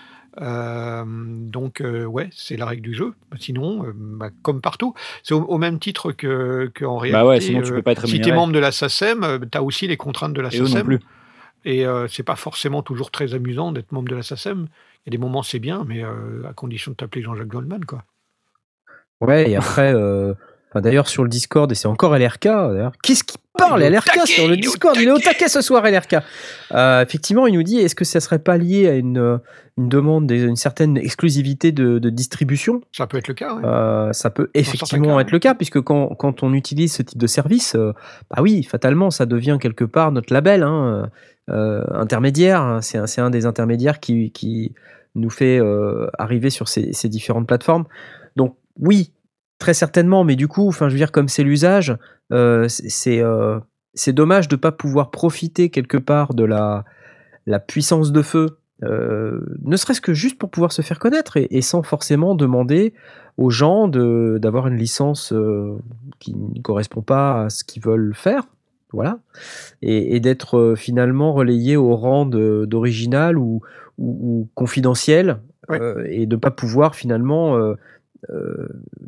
Euh, donc euh, ouais, c'est la règle du jeu. Sinon, euh, bah, comme partout, c'est au, au même titre que, que en Bah ouais, réalité, sinon tu euh, peux pas être si tu es rémunéré. membre de la SACEM, tu as aussi les contraintes de la Et eux non SACEM. plus. Et euh, c'est pas forcément toujours très amusant d'être membre de la SACEM. Il y a des moments c'est bien, mais euh, à condition de t'appeler Jean-Jacques Goldman, quoi. Ouais, et après, euh, enfin, d'ailleurs, sur le Discord, et c'est encore L R K, d'ailleurs. Qu'est-ce qui Ah, parle, il est au L R K, taquet, sur le il est au Discord? Il est au taquet. taquet ce soir, L R K. Euh, effectivement, il nous dit, est-ce que ça serait pas lié à une, euh, une demande d'une certaine exclusivité de, de distribution? Ça peut être le cas, ouais. Euh, ça peut certains effectivement cas, être ouais. le cas, puisque quand, quand on utilise ce type de service, euh, bah oui, fatalement, ça devient quelque part notre label, hein, euh, intermédiaire. hein. C'est un, c'est un des intermédiaires qui, qui nous fait euh, arriver sur ces, ces différentes plateformes. Donc oui, très certainement, mais du coup, enfin, je veux dire, comme c'est l'usage, euh, c'est c'est, euh, c'est dommage de ne pas pouvoir profiter quelque part de la, la puissance de feu, euh, ne serait-ce que juste pour pouvoir se faire connaître et, et sans forcément demander aux gens de, d'avoir une licence euh, qui ne correspond pas à ce qu'ils veulent faire. Voilà. Et, et d'être euh, finalement relayé au rang de- d'original ou, ou, ou confidentiel Ouais. euh, et de ne pas pouvoir finalement euh, euh,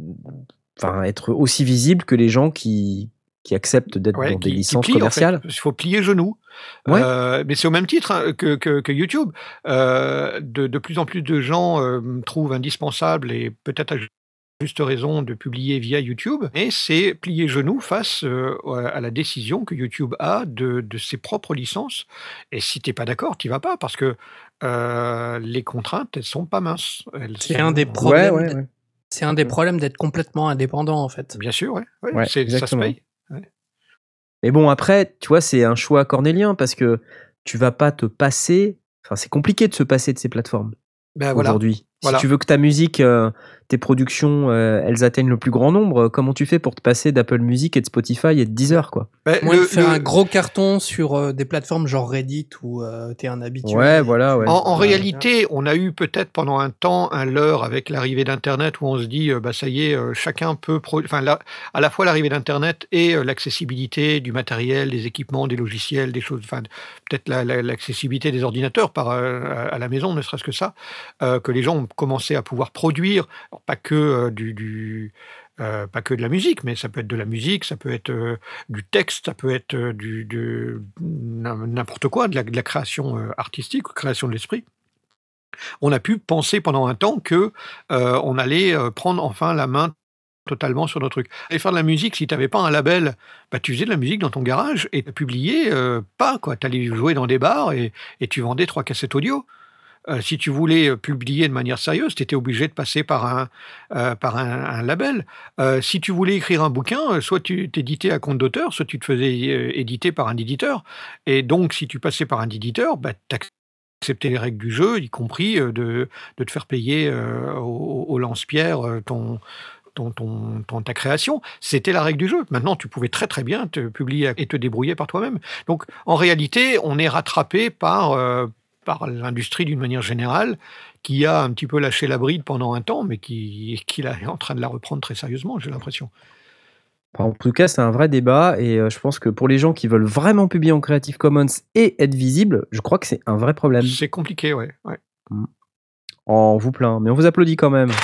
enfin, être aussi visible que les gens qui, qui acceptent d'être Ouais, dans des qui, qui licences plie en fait. commerciales. Il faut plier genou. Ouais. Euh, mais c'est au même titre hein, que, que, que YouTube. Euh, de, de plus en plus de gens euh, trouvent indispensable et peut-être à juste raison de publier via YouTube. Et c'est plier genou face euh, à la décision que YouTube a de, de ses propres licences. Et si t'es pas d'accord, t'y vas pas parce que euh, les contraintes, elles sont pas minces. Elles C'est sont- un des Ouais, problèmes. ouais, d'être- ouais. C'est un des Mm. problèmes d'être complètement indépendant en fait. Bien sûr, ouais. ouais, Ouais, c'est- ça se exactement. paye. Ouais. Mais bon, après, tu vois, c'est un choix cornélien parce que tu vas pas te passer. Enfin, c'est compliqué de se passer de ces plateformes Ben voilà. aujourd'hui. Si Voilà. tu veux que ta musique, euh, tes productions, euh, elles atteignent le plus grand nombre, euh, comment tu fais pour te passer d'Apple Music et de Spotify et de Deezer, quoi? Ben, Moins de le- faire le- un gros carton sur euh, des plateformes genre Reddit où euh, t'es un habitué. Ouais, et voilà, tu- ouais. En, en Ouais. réalité, on a eu peut-être pendant un temps un leurre avec l'arrivée d'Internet où on se dit, euh, bah ça y est, euh, chacun peut, pro- enfin là, à la fois l'arrivée d'Internet et euh, l'accessibilité du matériel, des équipements, des logiciels, des choses, enfin peut-être la- la- l'accessibilité des ordinateurs par euh, à à la maison, ne serait-ce que ça, euh, que les gens ont commencé à pouvoir produire, alors, pas que euh, du, du euh, pas que de la musique, mais ça peut être de la musique, ça peut être euh, du texte, ça peut être euh, du, de n'importe quoi, de la, de la création euh, artistique, création de l'esprit. On a pu penser pendant un temps que euh, on allait euh, prendre enfin la main totalement sur nos trucs. Et faire de la musique, si tu n'avais pas un label, bah, tu faisais de la musique dans ton garage et tu publiais euh, pas, quoi. Tu allais jouer dans des bars et, et tu vendais trois cassettes audio. Euh, si tu voulais euh, publier de manière sérieuse, tu étais obligé de passer par un, euh, par un, un label. Euh, si tu voulais écrire un bouquin, euh, soit tu t'éditais à compte d'auteur, soit tu te faisais euh, éditer par un éditeur. Et donc, si tu passais par un éditeur, bah, tu acceptais les règles du jeu, y compris euh, de, de te faire payer euh, au, au lance-pierre euh, ton, ton, ton, ton- ta création. C'était la règle du jeu. Maintenant, tu pouvais très très bien te publier et te débrouiller par toi-même. Donc, en réalité, on est rattrapé par, euh, par l'industrie d'une manière générale, qui a un petit peu lâché la bride pendant un temps, mais qui, qui là, est en train de la reprendre très sérieusement, j'ai l'impression. En tout cas, c'est un vrai débat et euh, je pense que pour les gens qui veulent vraiment publier en Creative Commons et être visible, je crois que c'est un vrai problème. C'est compliqué, ouais. ouais. On vous plaint, mais on vous applaudit quand même.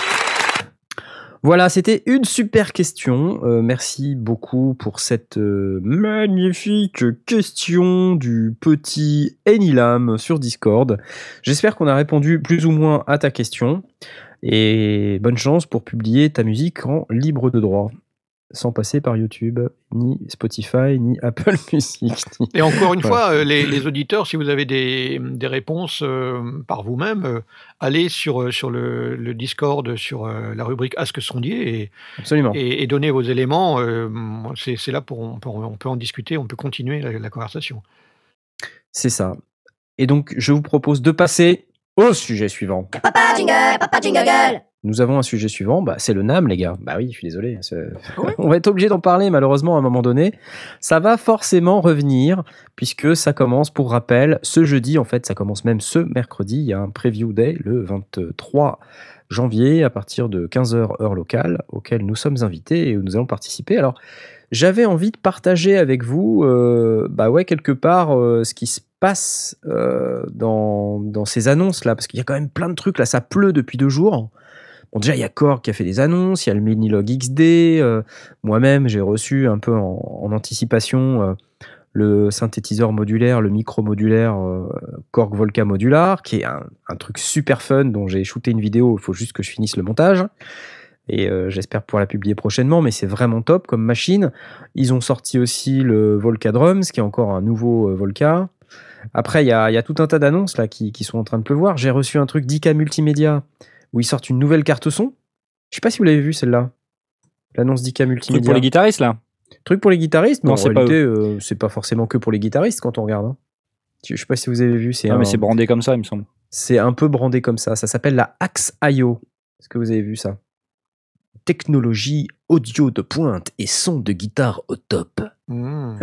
Voilà, c'était une super question. Euh, merci beaucoup pour cette euh, magnifique question du petit Enilam sur Discord. J'espère qu'on a répondu plus ou moins à ta question. Et bonne chance pour publier ta musique en libre de droit, sans passer par YouTube, ni Spotify, ni Apple Music. ni- Et encore une Voilà. fois, euh, les, les auditeurs, si vous avez des, des réponses euh, par vous-même, euh, allez sur, euh, sur le, le Discord, sur euh, la rubrique Ask Sondier et, Absolument. et, et donnez vos éléments. euh, c'est c'est là pour on peut, on peut en discuter, on peut continuer la, la conversation. C'est ça. Et donc, je vous propose de passer au sujet suivant. Papa jingle, papa jingle. nous avons un sujet suivant, bah, c'est le NAMM, les gars. Bah oui, je suis désolé. c'est- Ouais. On va être obligé d'en parler, malheureusement, à un moment donné. Ça va forcément revenir, puisque ça commence, pour rappel, ce jeudi. En fait, ça commence même ce mercredi. Il y a un preview day, le vingt-trois janvier, à partir de quinze heures, heure locale, auquel nous sommes invités et où nous allons participer. Alors, j'avais envie de partager avec vous, euh, bah ouais, quelque part, euh, ce qui se passe euh, dans, dans ces annonces-là, parce qu'il y a quand même plein de trucs, là, ça pleut depuis deux jours. Bon, déjà, il y a Korg qui a fait des annonces, il y a le Minilog X D, euh, moi-même, j'ai reçu un peu en, en anticipation euh, le synthétiseur modulaire, le micro modulaire euh, Korg Volca Modular, qui est un, un truc super fun dont j'ai shooté une vidéo, il faut juste que je finisse le montage. Et euh, j'espère pouvoir la publier prochainement, mais c'est vraiment top comme machine. Ils ont sorti aussi le Volca Drums, qui est encore un nouveau euh, Volca. Après, il y a, il y a tout un tas d'annonces là qui, qui sont en train de pleuvoir. J'ai reçu un truc d'I K Multimédia où ils sortent une nouvelle carte son. Je sais pas si vous l'avez vu celle-là. L'annonce d'I K Truc Multimédia. pour les guitaristes, là. Truc pour les guitaristes, mais Non, en c'est pas réalité, euh, c'est pas forcément que pour les guitaristes quand on regarde. hein. Je sais pas si vous avez vu. C'est Ah, un, mais c'est brandé comme ça, il me semble. c'est un peu brandé comme ça. Ça s'appelle la Axe I O. Est-ce que vous avez vu ça? Technologie audio de pointe et son de guitare au top. Mmh.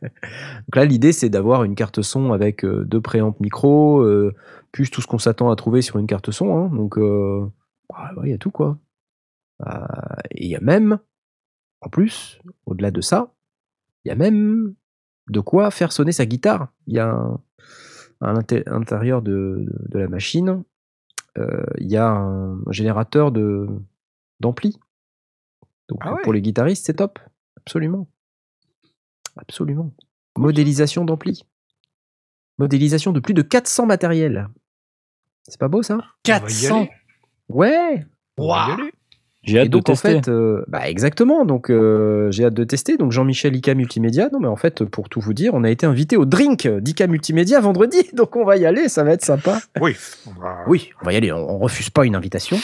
Donc là, l'idée, c'est d'avoir une carte son avec euh, deux préamps micro, euh, plus tout ce qu'on s'attend à trouver sur une carte son. hein. Donc, euh, bah, ouais, il y a tout, quoi. Euh, et il y a même, en plus, au-delà de ça, il y a même de quoi faire sonner sa guitare. Il y a un, à l'inté- à l'intérieur de, de- de la machine, euh, il y a un générateur de, d'ampli. Donc, Ah ouais. pour les guitaristes, c'est top. Absolument. Absolument. Modélisation d'ampli. Modélisation de plus de quatre cents matériels. C'est pas beau, ça? On va y quatre cents. aller. Ouais. On va y Waouh. aller. J'ai hâte Et donc, de en tester. fait, euh, bah, exactement. Donc, euh, j'ai hâte de tester. Donc, Jean-Michel I K Multimédia. Non, mais en fait, pour tout vous dire, on a été invité au drink d'I K Multimédia vendredi. Donc, on va y aller. Ça va être sympa. Oui. On va... Oui, on va y aller. On, on refuse pas une invitation.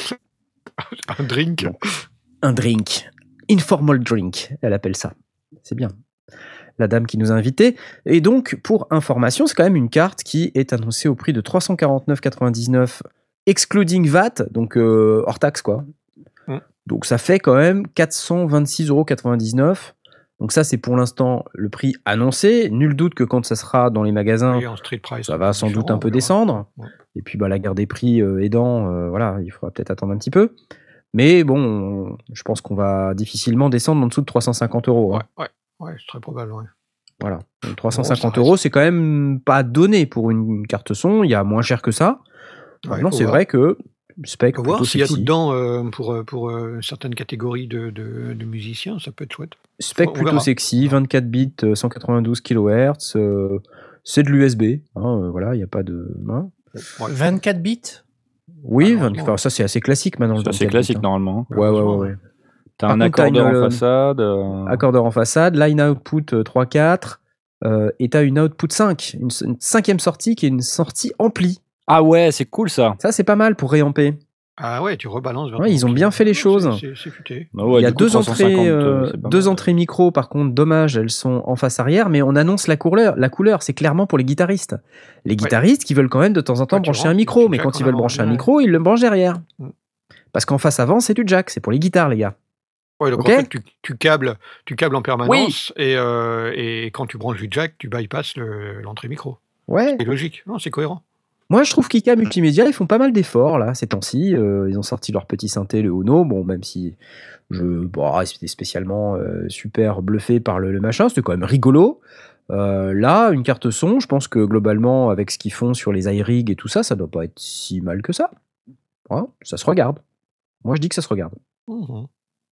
Un drink. Bon. Un drink. Informal drink, elle appelle ça. C'est bien. La dame qui nous a invités. Et donc, pour information, c'est quand même une carte qui est annoncée au prix de trois cent quarante-neuf virgule quatre-vingt-dix-neuf, excluding V A T, donc euh, hors taxe, quoi. Mm. Donc, ça fait quand même quatre cent vingt-six virgule quatre-vingt-dix-neuf euros. Donc, ça, c'est pour l'instant le prix annoncé. Nul doute que quand ça sera dans les magasins, Oui, en street price. ça va sans différent, doute un peu on verra. descendre. Ouais. Et puis, bah, la guerre des prix euh, aidant, euh, voilà, il faudra peut-être attendre un petit peu. Mais bon, on- je pense qu'on va difficilement descendre en dessous de trois cent cinquante euros. hein. Ouais, ouais, ouais, c'est très probable. Ouais. Voilà. Donc, trois cent Bon, ça cinquante reste. euros, c'est quand même pas donné pour une carte son. Il y a moins cher que ça. Ouais, Maintenant, faut c'est voir. vrai que spec Faut plutôt voir s'il y a sexy. dedans euh, pour, euh, pour euh, certaines catégories de, de, de musiciens, ça peut être chouette. Spec on plutôt verra. sexy, vingt-quatre bits, euh, cent quatre-vingt-douze kilohertz. euh, c'est de l'U S B. hein, euh, voilà, il n'y a pas de. hein. Ouais. vingt-quatre bits. Oui, Ah, vingt- heureusement. enfin, ça c'est assez classique maintenant. le Ça, c'est vingt-quatre classique, bits, hein. normalement. Ouais, ouais, ouais. Heureusement, ouais. T'as Par un contre, t'as accordeur une, en euh, façade. euh, Accordeur en façade, line output euh, trois quatre, euh, et t'as une output cinq, une, une cinquième sortie qui est une sortie ampli. Ah ouais, c'est cool ça. Ça, c'est pas mal pour réamper. Ah ouais, tu rebalances vers Ouais, ton ils ont client. bien fait les Non, choses. c'est- C'est c'est futé. Bah ouais, Il y a du coup, deux trois cent entrées, cinquante, euh, c'est pas deux mal. entrées micro, par contre, dommage, elles sont en face arrière, mais on annonce la couleur. La couleur, c'est clairement pour les guitaristes. Les guitaristes qui veulent quand même de temps en temps Quand tu brancher un rentres, micro, tu mais jack quand en ils veulent avant, brancher un ouais. micro, ils le branchent derrière. Mm. Parce qu'en face avant, c'est du jack, c'est pour les guitares, les gars. Ouais, donc Ok. en fait, tu, tu, câbles, tu câbles en permanence et, euh, et quand tu branches du jack, tu bypasses le- l'entrée micro. Ouais. C'est logique. Non, c'est cohérent. Moi, je trouve qu'I K Multimédia, ils font pas mal d'efforts, là, ces temps-ci. Euh, ils ont sorti leur petit synthé, le Uno. Bon, même si je bon, j'étais spécialement euh, super bluffé par le, le machin, c'était quand même rigolo. Euh, là, une carte son, je pense que globalement, avec ce qu'ils font sur les iRig et tout ça, ça doit pas être si mal que ça. Hein, ça se regarde. Moi, je dis que ça se regarde. Mhm.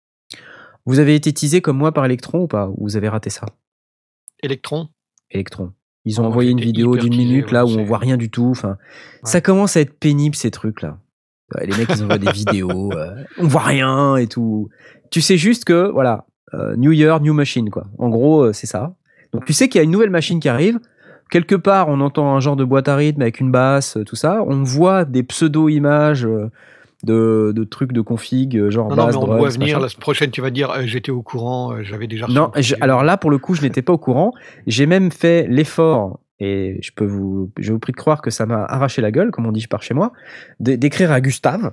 Vous avez été teasé comme moi par Electron ou pas? Ou vous avez raté ça? Electron. Electron. Ils ont Oh, envoyé j'ai une été vidéo hyper d'une teasé, minute ouais, là où c'est- on voit rien du tout. Enfin, Ouais. ça commence à être pénible ces trucs là. Ouais, les mecs ils envoient des vidéos, euh, on voit rien et tout. Tu sais juste que voilà, euh, New Year, New Machine quoi. En gros, euh, c'est ça. Donc tu sais qu'il y a une nouvelle machine qui arrive. Quelque part, on entend un genre de boîte à rythme avec une basse, euh, tout ça. On voit des pseudo-images euh, de, de trucs de config, euh, genre Non, non, basse, mais on drums, voit venir. machin. La semaine prochaine, tu vas dire euh, j'étais au courant, euh, j'avais déjà reçu Non, une je- vidéo. alors là, pour le coup, je n'étais pas au courant. J'ai même fait l'effort, et je peux vous, je vous prie de croire que ça m'a arraché la gueule, comme on dit par chez moi, d- d'écrire à Gustave,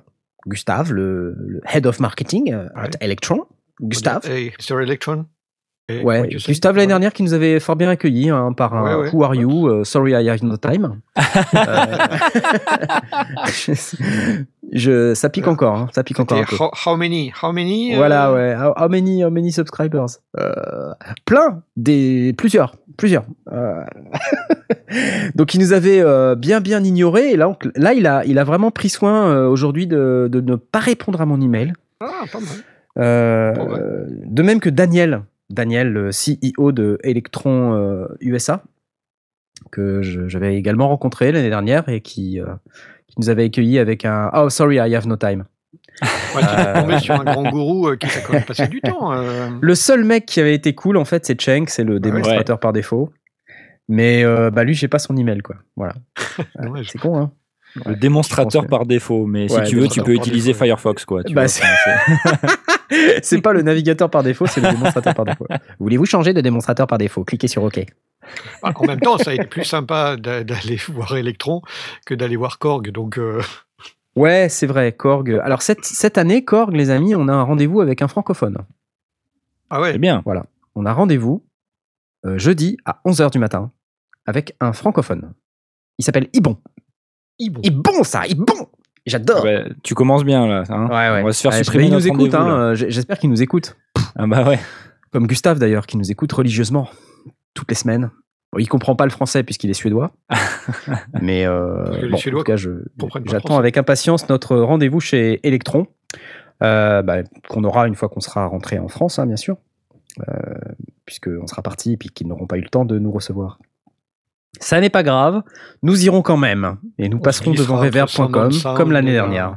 Gustave, le, le Head of Marketing euh, Ouais. at Electron. Gustave. Hey, mister Electron. Hey, Ouais, what you say? Gustave l'année dernière qui nous avait fort bien accueillis hein, par un Ouais, ouais. Who are you? Euh, sorry, I have no time. Euh, je, je- ça pique encore, hein, ça pique encore un C'était peu. how, how many? How many? euh, Voilà, ouais. How, how many, how many subscribers? Euh, plein, des plusieurs, plusieurs. Euh, Donc il nous avait euh, bien bien ignoré et là, on- là il a il a vraiment pris soin euh, aujourd'hui de, de ne pas répondre à mon email. Ah, pas mal. Euh, Pas mal. euh, de même que Daniel, Daniel, le C E O de Electron euh, U S A, que je- j'avais également rencontré l'année dernière et qui, euh, qui nous avait accueillis avec un Oh sorry, I have no time. Ouais, tu es tombé sur un grand gourou euh, qui t'a quand même passé du temps. euh. Le seul mec qui avait été cool en fait, c'est Cheng, c'est le Bah ouais. démonstrateur par défaut. Mais euh, bah lui, j'ai pas son email quoi. Voilà. Ouais, Dommage. c'est con hein. Le Ouais, démonstrateur je pense que- par défaut, mais Ouais, si tu veux, tu démonstrateur peux par utiliser défaut. Firefox, quoi. Tu Bah, vois, c'est- enfin, c'est- C'est pas le navigateur par défaut, c'est le démonstrateur par défaut. Voulez-vous changer de démonstrateur par défaut? Cliquez sur OK. Bah, en même temps, ça a été plus sympa d'a- d'aller voir Electron que d'aller voir Korg. Donc, euh, Ouais, c'est vrai, Korg. Alors cette, cette année, Korg, les amis, on a un rendez-vous avec un francophone. ah ouais. c'est bien. On a rendez-vous euh, jeudi à onze heures du matin avec un francophone. Il s'appelle Ibon. Ibon. Ibon, ça, Ibon. J'adore. Ah bah, tu commences bien, là. hein. Ouais, ouais. On va se faire Ouais, supprimer il nous notre écoute, rendez-vous, hein, là. euh, j- j'espère qu'il nous écoute. Ah bah ouais. Comme Gustave d'ailleurs, qui nous écoute religieusement toutes les semaines. Bon, il comprend pas le français puisqu'il est suédois. Mais euh, Parce que les bon, en Suédois tout cas, je, comprennent pas j'attends français. avec impatience notre rendez-vous chez Electron, euh, bah, qu'on aura une fois qu'on sera rentré en France, hein, bien sûr, euh, puisqu'on sera parti et puis qu'ils n'auront pas eu le temps de nous recevoir. Ça n'est pas grave, nous irons quand même et nous On se passerons devant glissera reverb entre point com Sound on comme l'année Sound et, dernière.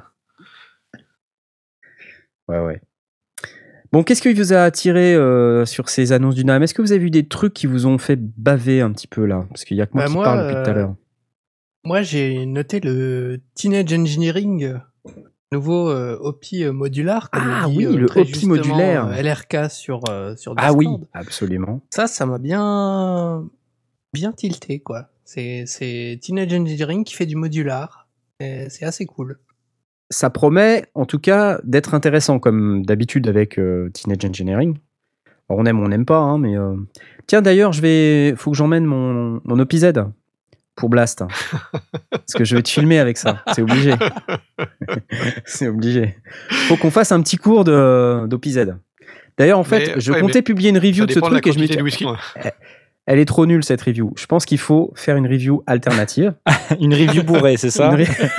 Ouais, ouais. Bon, qu'est-ce qui vous a attiré euh, sur ces annonces du NAMM? Est-ce que vous avez vu des trucs qui vous ont fait baver un petit peu là? Parce qu'il y a que moi Bah, qui moi, parle depuis tout à euh, l'heure. Moi, j'ai noté le Teenage Engineering, euh, nouveau euh, O P euh, modular. Comme Ah le dit, oui, euh, le très O P justement, modulaire. euh, L R K sur, euh, sur Ah oui, Discord. absolument. Ça, ça m'a bien, bien tilté, quoi. C'est, c'est Teenage Engineering qui fait du modular. Et c'est assez cool. Ça promet, en tout cas, d'être intéressant, comme d'habitude avec euh, Teenage Engineering. Alors, on aime ou on n'aime pas, hein, mais... euh, Tiens, d'ailleurs, je vais... faut que j'emmène mon, mon O P Z pour Blast. Parce que je vais te filmer avec ça, c'est obligé. C'est obligé. Faut qu'on fasse un petit cours de, d'O P Z. D'ailleurs, en fait, Mais- je ouais, comptais mais publier une review ça de ce dépend de la truc et je me quantité dis, de whisky. moi. elle est trop nulle cette review. Je pense qu'il faut faire une review alternative. Une review bourrée, c'est ça? Une re-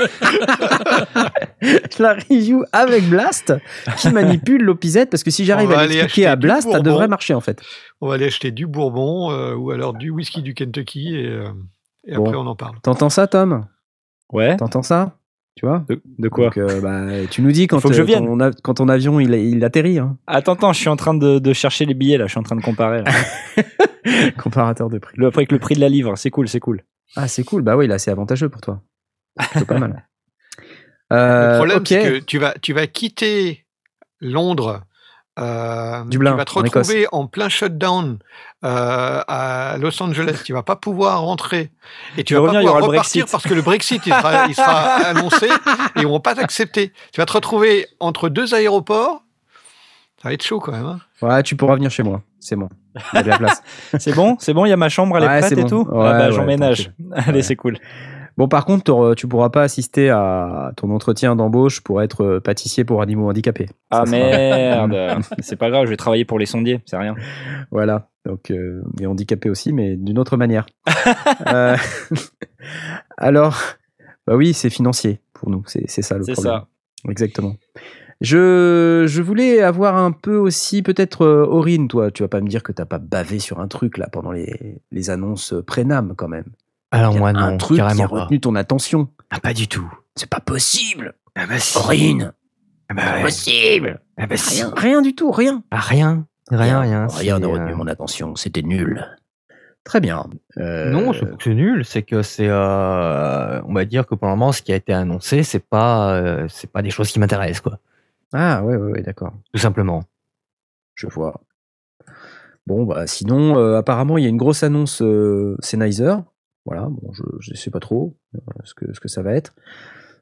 La review avec Blast qui manipule l'O P Z parce que si j'arrive On va à aller l'expliquer acheter à du Blast, ça Bourbon. devrait marcher en fait. On va aller acheter du bourbon euh, ou alors du whisky du Kentucky et, euh, et Bon. après on en parle. T'entends ça, Tom? Ouais. T'entends ça? Tu vois? De, de quoi? Donc, euh, bah, tu nous dis quand, faut que je euh, vienne. ton, av- quand ton avion il, il atterrit. Hein. Attends, attends, je suis en train de, de chercher les billets, là. Je suis en train de comparer. là. Comparateur de prix. Le, après, avec le prix de la livre, c'est cool, c'est cool. Ah, c'est cool. Bah oui, là, c'est avantageux pour toi. C'est plutôt pas mal. Euh, Le problème, ok. c'est que tu vas, tu vas quitter Londres. Euh, Dublin, tu vas te en Écosse. retrouver en, plein shutdown euh, à Los Angeles. Tu vas pas pouvoir rentrer et tu Tu vas reviens, pas il y aura pouvoir le repartir Brexit. parce que le Brexit il sera, il sera annoncé et ils vont pas t'accepter. Tu vas te retrouver entre deux aéroports. Ça va être chaud quand même. Hein. Ouais, tu pourras venir chez moi. C'est bon. Il y a de la place. C'est bon? C'est bon? Il y a ma chambre, elle est Ouais, prête c'est et bon. tout? Ouais, Ah bah, ouais, j'emménage. Allez, Ouais. c'est cool. Bon, par contre, t'auras- tu pourras pas assister à ton entretien d'embauche pour être euh, pâtissier pour animaux handicapés. Ah Ça sera- merde. C'est pas grave, je vais travailler pour les sondiers, c'est rien. Voilà. Donc, euh, et handicapés aussi, mais d'une autre manière. Euh, Alors, bah oui, c'est financier pour nous. C'est c'est ça le C'est problème. ça. Exactement. Je, je voulais avoir un peu aussi, peut-être, euh, Aurine, toi, tu vas pas me dire que t'as pas bavé sur un truc là pendant les, les annonces pré-NAM quand même. Alors Il y a moi un non, truc qui a carrément pas. retenu ton attention. Ah pas du tout. C'est pas possible. Ah bah si. Aurine, Ah bah, c'est ouais. possible. Ah bah si. Rien, rien du tout, rien. Ah, rien. Rien, rien. Rien c'est, n'a retenu euh, mon attention. C'était nul. Très bien. Euh, Non, c'est pas que c'est nul, c'est que c'est, euh, on va dire que pour le moment, ce qui a été annoncé, c'est pas, euh, c'est pas des choses qui m'intéressent, quoi. Ah ouais, ouais, ouais, d'accord. Tout simplement. Je vois. Bon, bah sinon, euh, apparemment, il y a une grosse annonce euh, Sennheiser. Voilà, bon, je ne sais pas trop euh, ce, que, ce que ça va être.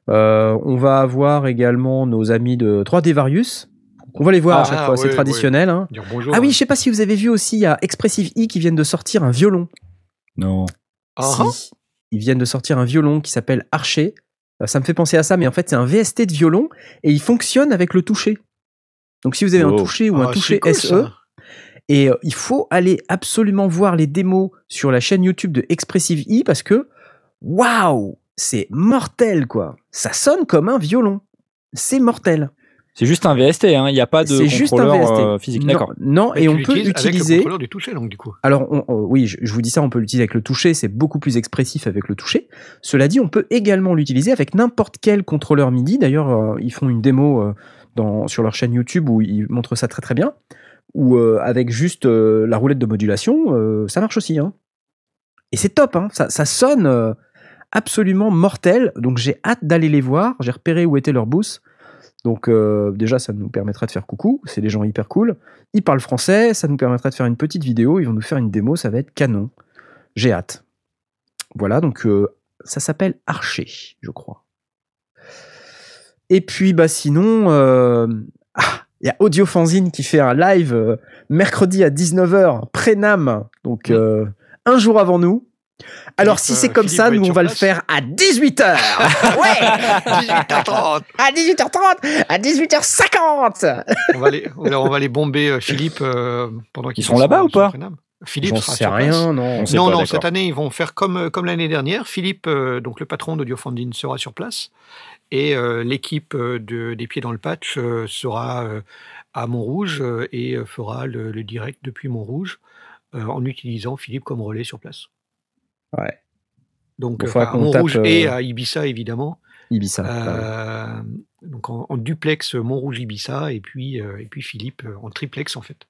Euh, on va avoir également nos amis de trois D Various. On va les voir Ah, à chaque ah, fois, c'est ouais, traditionnel. Hein. Dire bonjour. Ah oui, hein. je sais pas si vous avez vu aussi, il y a Expressive E qui viennent de sortir un violon. Non. Ah, Si, ils viennent de sortir un violon qui s'appelle Archer. Euh, Ça me fait penser à ça, mais en fait, c'est un V S T de violon et il fonctionne avec le toucher. Donc, si vous avez Wow. un toucher ou un Ah, toucher c'est cool, S E, ça. et euh, il faut aller absolument voir les démos sur la chaîne YouTube de Expressive E parce que, waouh, c'est mortel, quoi. Ça sonne comme un violon. C'est mortel. C'est juste un V S T, hein. Il n'y a pas de C'est juste un contrôleur V S T. euh, physique. Non, D'accord. non, Mais et tu on peut l'utilises avec le utiliser. contrôleur du toucher, donc du coup. Alors, on- on- oui, je, je vous dis ça, on peut l'utiliser avec le toucher, c'est beaucoup plus expressif avec le toucher. Cela dit, on peut également l'utiliser avec n'importe quel contrôleur MIDI. D'ailleurs, euh, ils font une démo euh, dans, sur leur chaîne YouTube où ils montrent ça très très bien. Ou euh, avec juste euh, la roulette de modulation, euh, ça marche aussi. Hein. Et c'est top, hein, ça, ça sonne euh, absolument mortel. Donc j'ai hâte d'aller les voir. J'ai repéré où était leur booth. Donc euh, déjà, ça nous permettra de faire coucou. C'est des gens hyper cool. Ils parlent français. Ça nous permettra de faire une petite vidéo. Ils vont nous faire une démo. Ça va être canon. J'ai hâte. Voilà, donc euh, ça s'appelle Archer, je crois. Et puis, bah sinon, euh, ah, il y a Audio Fanzine qui fait un live euh, mercredi à dix-neuf heures, pré-NAM, donc euh, un jour avant nous. Alors, si Philippe, c'est euh, comme Philippe ça, va nous, être on sur va le place faire à dix-huit heures. Ouais, dix-huit heures trente. à dix-huit heures trente, à dix-huit heures cinquante. On va les, alors on va les bomber euh, Philippe euh, pendant qu'ils Ils seront là-bas ou pas Philippe J'en sera sais sur place. rien, non. On sait Non, pas, non, d'accord. cette année, ils vont faire comme, euh, comme l'année dernière. Philippe, euh, donc le patron d'Audiofunding, sera sur place. Et euh, l'équipe euh, de, des Pieds dans le Patch euh, sera euh, à Montrouge euh, et euh, fera le, le direct depuis Montrouge euh, en utilisant Philippe comme relais sur place. Ouais, Donc, Bon, euh, faudra enfin, à qu'on Montrouge tape, euh, et à Ibiza, évidemment. Ibiza. bah ouais. Euh, donc en, en duplex Montrouge-Ibiza et puis, euh, et puis Philippe euh, en triplex, en fait.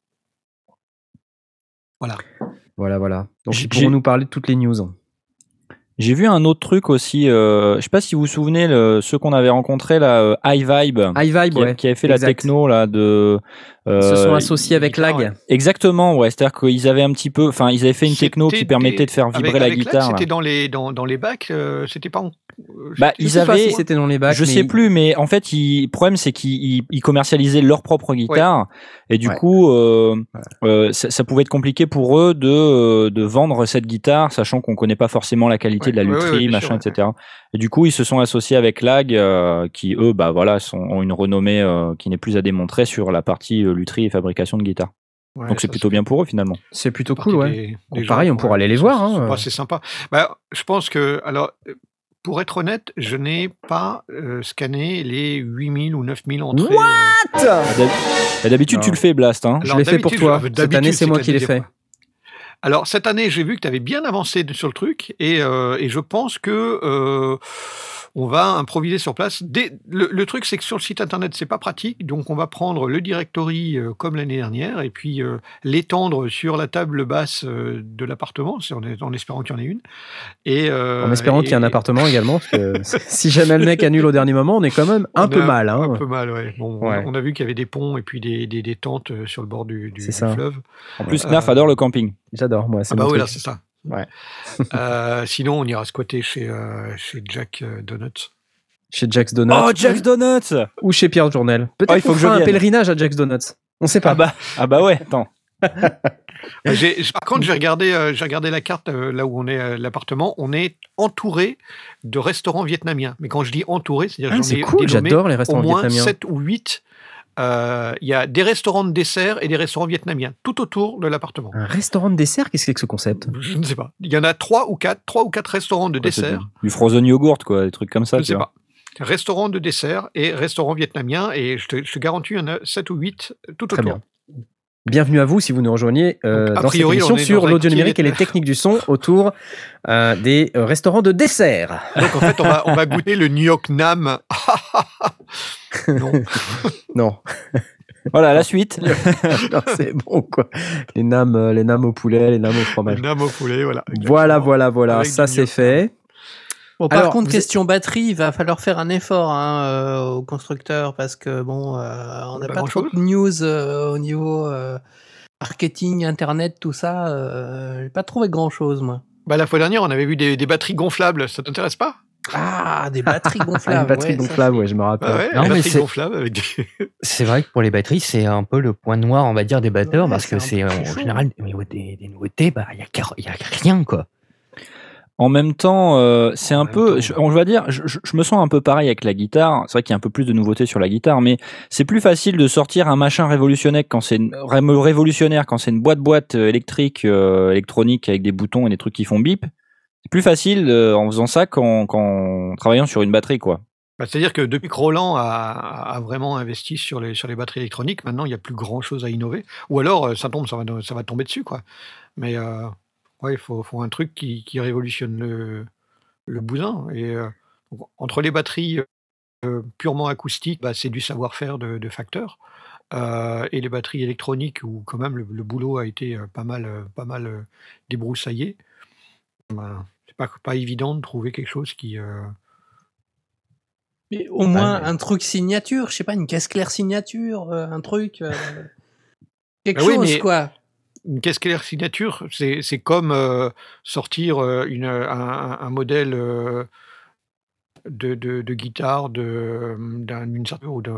Voilà. Voilà, voilà. Donc, J'ai- ils pourront j'ai- nous parler de toutes les news. J'ai vu un autre truc aussi. Euh, je sais pas si vous vous souvenez, le, ceux qu'on avait rencontrés là, euh, High Vibe, High Vibe, qui, a- ouais. qui avait fait exact. la techno là de. Ils se euh, sont associés avec guitare, Lag. ouais. Exactement, ouais. C'est-à-dire qu'ils avaient un petit peu, enfin, ils avaient fait une techno C'était qui permettait des- de faire vibrer avec- la avec Lag, guitare. là. C'était dans les, dans, dans les bacs, euh, c'était pas en. euh, Bah, je- Je ils sais pas avaient- si c'était dans les bacs. Je mais sais ils- plus, mais en fait, ils- le problème c'est qu'ils ils- ils commercialisaient leur propre guitare et du Ouais. coup, euh, euh, ça, ça pouvait être compliqué pour eux de euh, de vendre cette guitare, sachant qu'on connaît pas forcément la qualité Ouais, de la ouais, ouais, lutherie, ouais, bien machin, sûr, ouais. et cetera. Et du coup, ils se sont associés avec Lag, euh, qui eux, bah voilà, sont, ont une renommée euh, qui n'est plus à démontrer sur la partie euh, lutherie et fabrication de guitare. Ouais, Donc c'est ça, plutôt bien pour eux finalement. C'est plutôt partie cool, ouais. des- des Bon, gens pareil, on qui ont- pourra aller les qui voir, sont- hein. bah, c'est sympa. Bah, je pense que, alors, euh, pour être honnête, je n'ai pas euh, scanné les huit mille ou neuf mille entrées. What euh, Bah, d'hab- bah, D'habitude, Non. tu le fais, Blast. Hein. Je Alors, l'ai fait pour d'habitude, toi. je- Cette d'habitude, année, c'est c'est moi la qui l'ai deuxième fait. fois. Alors, cette année, j'ai vu que tu avais bien avancé de- sur le truc et, euh, et je pense que euh, on va improviser sur place. Dès- le, le truc, c'est que sur le site internet, c'est pas pratique, donc on va prendre le directory euh, comme l'année dernière et puis euh, l'étendre sur la table basse euh, de l'appartement, c'est en, en espérant qu'il y en ait une. Et, euh, En espérant qu'il y ait un et- appartement également, parce que si jamais le mec annule au dernier moment, on est quand même un on peu a mal. Hein. Un peu mal, ouais. Bon, on- Ouais. On, a vu qu'il y avait des ponts et puis des, des, des tentes euh, sur le bord du, du, C'est du ça. fleuve. En plus, Euh, Knaf adore le camping. J'adore, moi. C'est Ah bah mon oui, là, truc. c'est ça. Ouais. Euh, sinon, on ira squatter chez, euh, chez Jack euh, Donuts. Chez Jack's Donuts. Oh, Jack's Donuts. Ou chez Pierre Journel. Peut-être Oh, il faut qu'on que je fera un vienne. pèlerinage à Jack's Donuts. On sait pas. Ah bah, ah bah ouais. Attends. Euh, j'ai- j'ai- par contre, j'ai regardé, euh, j'ai regardé la carte euh, là où on est, euh, l'appartement. On est entouré de restaurants vietnamiens. Mais quand je dis entouré, c'est-à-dire Ah, j'en c'est ai cool, dénommé j'adore les au restaurants moins vietnamiens. sept ou huit. Euh, Il y a des restaurants de dessert et des restaurants vietnamiens tout autour de l'appartement. Un restaurant de dessert, qu'est-ce que c'est que ce concept? Je ne sais pas. Il y en a trois ou quatre, trois ou quatre restaurants de Quoi, c'est dessert. Du, du frozen yogurt, quoi, des trucs comme ça. Je ne tu sais vois. pas. Restaurant de dessert et restaurant vietnamien. Et je te, je te garantis, il y en a sept ou huit tout Très autour. bien. Bienvenue à vous si vous nous rejoignez euh, Donc, a dans priori, cette émission on est sur dans un l'audio numérique et les itinéraire. techniques du son autour euh, des euh, restaurants de dessert. Donc en fait, on va, on va goûter le New York Nam. non. Non, Voilà, la suite. non, c'est bon quoi. Les names, euh, les names au poulet, les names au Le fromage. Nam au poulet, voilà. Voilà, exactement. voilà, voilà. Avec Ça du c'est gnocchi. fait. Bon, par Alors, contre, vous question batterie, il va falloir faire un effort hein, euh, aux constructeurs parce que bon, euh, on n'a Pas pas trop grand-chose. de news euh, au niveau euh, marketing, internet, tout ça. Euh, j'ai pas trouvé grand chose, moi. Bah, la fois dernière, on avait vu des, des batteries gonflables. Ça t'intéresse pas? Ah, des batteries Ah, gonflables. une batterie ouais, ça, gonflable, c'est- ouais, je me rappelle. Ah ouais, Non, une mais batterie c'est- gonflable avec des... C'est vrai que pour les batteries, c'est un peu le point noir, on va dire, des batteurs, Ouais, parce c'est que un c'est peu en chaud. général au niveau des, des nouveautés, bah il y a, quar- y a rien quoi. En même temps, euh, c'est En un même peu, temps, je, on va dire, je, je- je me sens un peu pareil avec la guitare. C'est vrai qu'il y a un peu plus de nouveautés sur la guitare, mais c'est plus facile de sortir un machin révolutionnaire quand c'est une, ré- révolutionnaire quand c'est une boîte boîte euh, électrique, euh, électronique avec des boutons et des trucs qui font bip. C'est plus facile euh, en faisant ça qu'en, qu'en travaillant sur une batterie, quoi. Bah, c'est-à-dire que depuis que Roland a, a vraiment investi sur les, sur les batteries électroniques, maintenant il n'y a plus grand-chose à innover. Ou alors euh, ça tombe, ça va, ça va tomber dessus, quoi. Mais euh, ouais, il faut, faut un truc qui, qui révolutionne le, le bousin. Et euh, donc, entre les batteries euh, purement acoustiques, bah, c'est du savoir-faire de, de facteurs. Euh, et les batteries électroniques, où quand même le, le boulot a été euh, pas mal, euh, pas mal euh, débroussaillé, ben, c'est pas, pas évident de trouver quelque chose qui. euh, Mais au moins mais- un truc signature, je sais pas, une caisse claire signature, euh, un truc. euh, quelque Bah oui, chose, mais- quoi. Une caisse claire signature, c'est c'est comme euh, sortir euh, une, un, un- un modèle euh, de, de, de guitare de- d'un- d'une certaine. Ou de...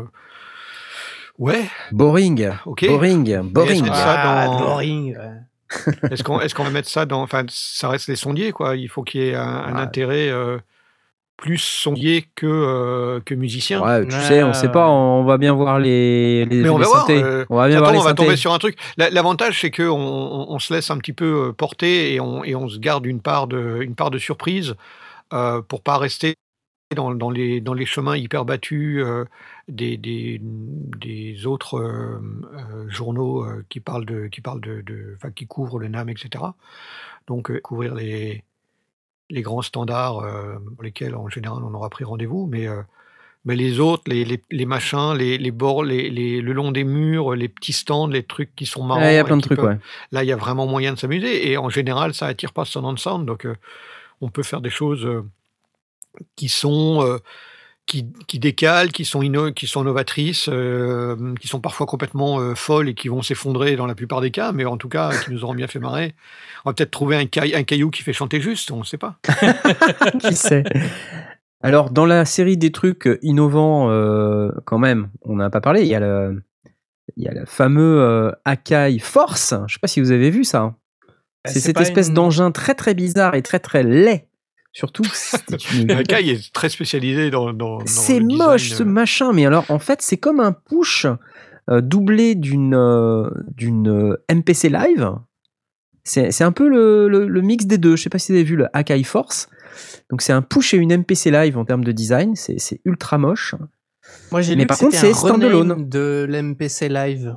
Ouais, Boring, ok. boring, Mais boring. est-ce que ça Ah, dans- boring. ouais. Est-ce qu'on est qu'on va mettre ça dans. Enfin, ça reste les sondiers, quoi. Il faut qu'il y ait un, un Ouais. intérêt euh, plus sondier que, euh, que musicien. Ouais, tu Ouais, sais, on sait ouais. pas, on va bien voir les, les, Mais on les va voir. synthés. euh, On va bien ça voir tombe, les on va tomber synthés. sur un truc. La- L'avantage, c'est qu'on on, on se laisse un petit peu euh, porter et on, et on se garde une part de, une part de surprise euh, pour pas rester dans, dans les, dans les chemins hyper battus euh, des, des, des autres euh, euh, journaux euh, qui parlent de, qui parlent de, de- enfin, qui couvrent le NAMM, et cetera. Donc euh, couvrir les, les grands standards euh, pour lesquels en général on aura pris rendez-vous, mais euh, mais les autres, les, les, les machins, les, les bords, les, les- le long des murs, les petits stands, les trucs qui sont marrants. Ouais, il y a et plein de qui trucs, peuvent- ouais. Là, il y a vraiment moyen de s'amuser. Et en général, ça attire pas Sound on Sound. Donc, euh, on peut faire des choses euh, qui sont. euh, qui, qui décalent, qui sont, inno- qui sont novatrices, euh, qui sont parfois complètement euh, folles et qui vont s'effondrer dans la plupart des cas, mais en tout cas, qui nous auront bien fait marrer. On va peut-être trouver un, caille- un caillou qui fait chanter juste, on ne sait pas. Qui sait? Alors, dans la série des trucs euh, innovants, euh, quand même, on n'a pas parlé, il y a le, il y a le fameux euh, Akai Force. Je sais pas si vous avez vu ça. Bah, C'est c'est cette pas espèce une- d'engin très très bizarre et très très laid. Surtout, c'était une- Un caille est très spécialisé dans, dans, dans c'est le moche design, ce euh, machin, mais alors en fait, c'est comme un push euh, doublé d'une euh, d'une euh, M P C Live. C'est c'est un peu le, le- le mix des deux. Je sais pas si vous avez vu le Akai Force. Donc c'est un push et une M P C Live en termes de design. C'est c'est ultra moche. Moi, j'ai Mais lu par que contre, c'était un c'est standalone. rename de l'M P C Live.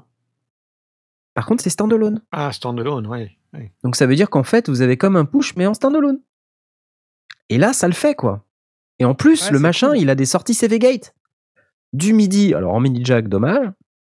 Par contre, c'est standalone. Ah, standalone, oui. oui. Donc ça veut dire qu'en fait, vous avez comme un push, mais en standalone. Et là, ça le fait, quoi. Et en plus, Ouais, le c'est machin, cool. il a des sorties C V Gate. Du MIDI, alors en mini jack, dommage.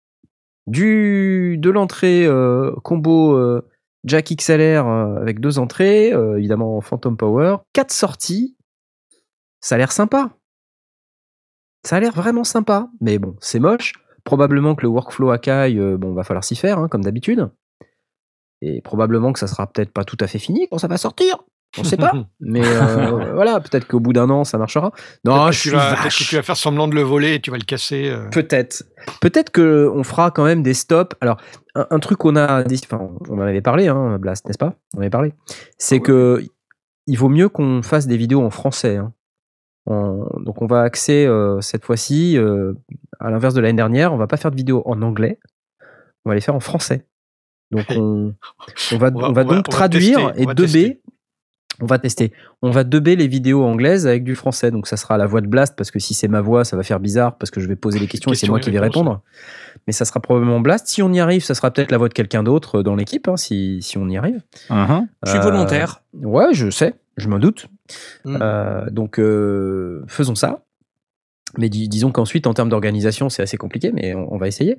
Du, de l'entrée euh, combo euh, jack X L R euh, avec deux entrées, euh, évidemment Phantom Power, quatre sorties. Ça a l'air sympa. Ça a l'air vraiment sympa. Mais bon, c'est moche. Probablement que le workflow Akai, euh, bon, va falloir s'y faire, hein, comme d'habitude. Et probablement que ça sera peut-être pas tout à fait fini quand ça va sortir. On sait pas. Mais euh, voilà, peut-être qu'au bout d'un an, ça marchera. Non, Peut-être que je tu suis vas- peut-être que vache. tu vas faire semblant de le voler et tu vas le casser. euh. Peut-être. Peut-être qu'on fera quand même des stops. Alors, un, un truc qu'on a. dit- Enfin, on en avait parlé, hein, Blast, n'est-ce pas? On en avait parlé. C'est Ah ouais. que il vaut mieux qu'on fasse des vidéos en français. hein. En- donc, on va axer euh, cette fois-ci, euh, à l'inverse de l'année dernière, on va pas faire de vidéos en anglais. On va les faire en français. Donc, on, on va, On va- on va on va- donc on va traduire tester, et on va dubber. tester. On va tester. On va dubber les vidéos anglaises avec du français. Donc, ça sera la voix de Blast, parce que si c'est ma voix, ça va faire bizarre, parce que je vais poser les questions et c'est Questions moi et qui vais réponses, répondre. Mais ça sera probablement Blast. Si on y arrive, ça sera peut-être la voix de quelqu'un d'autre dans l'équipe, hein, si, si on y arrive. Mhm. Je suis Euh, volontaire. Ouais, je sais, je m'en doute. Mm. Euh, donc, euh, faisons ça. Mais dis- disons qu'ensuite, en termes d'organisation, c'est assez compliqué, mais on, on va essayer.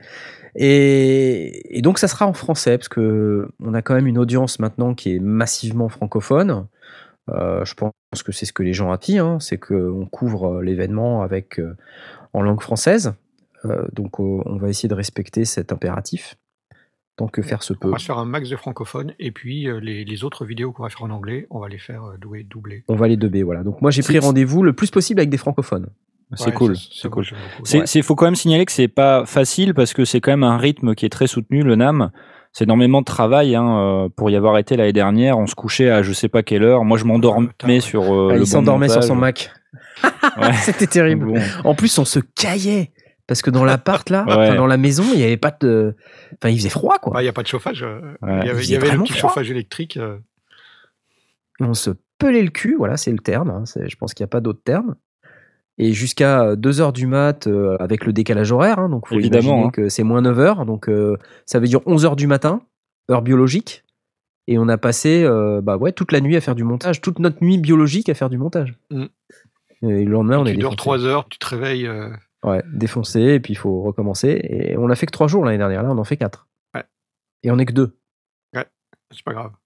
Et, et donc, ça sera en français, parce que on a quand même une audience maintenant qui est massivement francophone. Euh, je pense que c'est ce que les gens attendent, hein, c'est qu'on couvre euh, l'événement avec euh, en langue française. Euh, donc, euh, on va essayer de respecter cet impératif tant que faire se On peut. va se faire un max de francophones et puis euh, les, les autres vidéos qu'on va faire en anglais, on va les faire euh, douer, doubler. On va les dubber, voilà. Donc moi j'ai C'est- pris rendez-vous le plus possible avec des francophones. C'est Ouais, cool. ça, ça, C'est moi, cool. j'aime beaucoup. C'est, Ouais. c'est, faut quand même signaler que c'est pas facile parce que c'est quand même un rythme qui est très soutenu, le NAM. C'est énormément de travail, hein, euh, pour y avoir été l'année dernière. On se couchait à je sais pas quelle heure. Moi, je m'endormais tard, ouais. sur euh, Ah, le il bon s'endormait sur montage. son Mac. Ouais. C'était Donc terrible. bon. En plus, on se caillait. Parce que dans l'appart, là, Ouais. enfin, dans la maison, il n'y avait pas de. Enfin, il faisait froid, quoi. Bah, il n'y a pas de chauffage. euh, Ouais. Il y Il avait, il faisait y avait le vraiment petit froid. chauffage électrique. euh. On se pelait le cul, voilà, c'est le terme. hein, c'est- Je pense qu'il n'y a pas d'autre terme. Et jusqu'à deux heures du mat, euh, avec le décalage horaire, hein, donc faut Évidemment, imaginer hein. que c'est moins neuf heures, donc euh, ça veut dire onze heures du matin, heure biologique. Et on a passé euh, bah ouais, toute la nuit à faire du montage, toute notre nuit biologique à faire du montage. Mm. Et le lendemain, on est Tu dors défoncé. trois heures, tu te réveilles. euh, Ouais, défoncé, et puis il faut recommencer. Et on a fait que trois jours l'année dernière, là on en fait quatre. Ouais. Et on est que deux. C'est pas grave.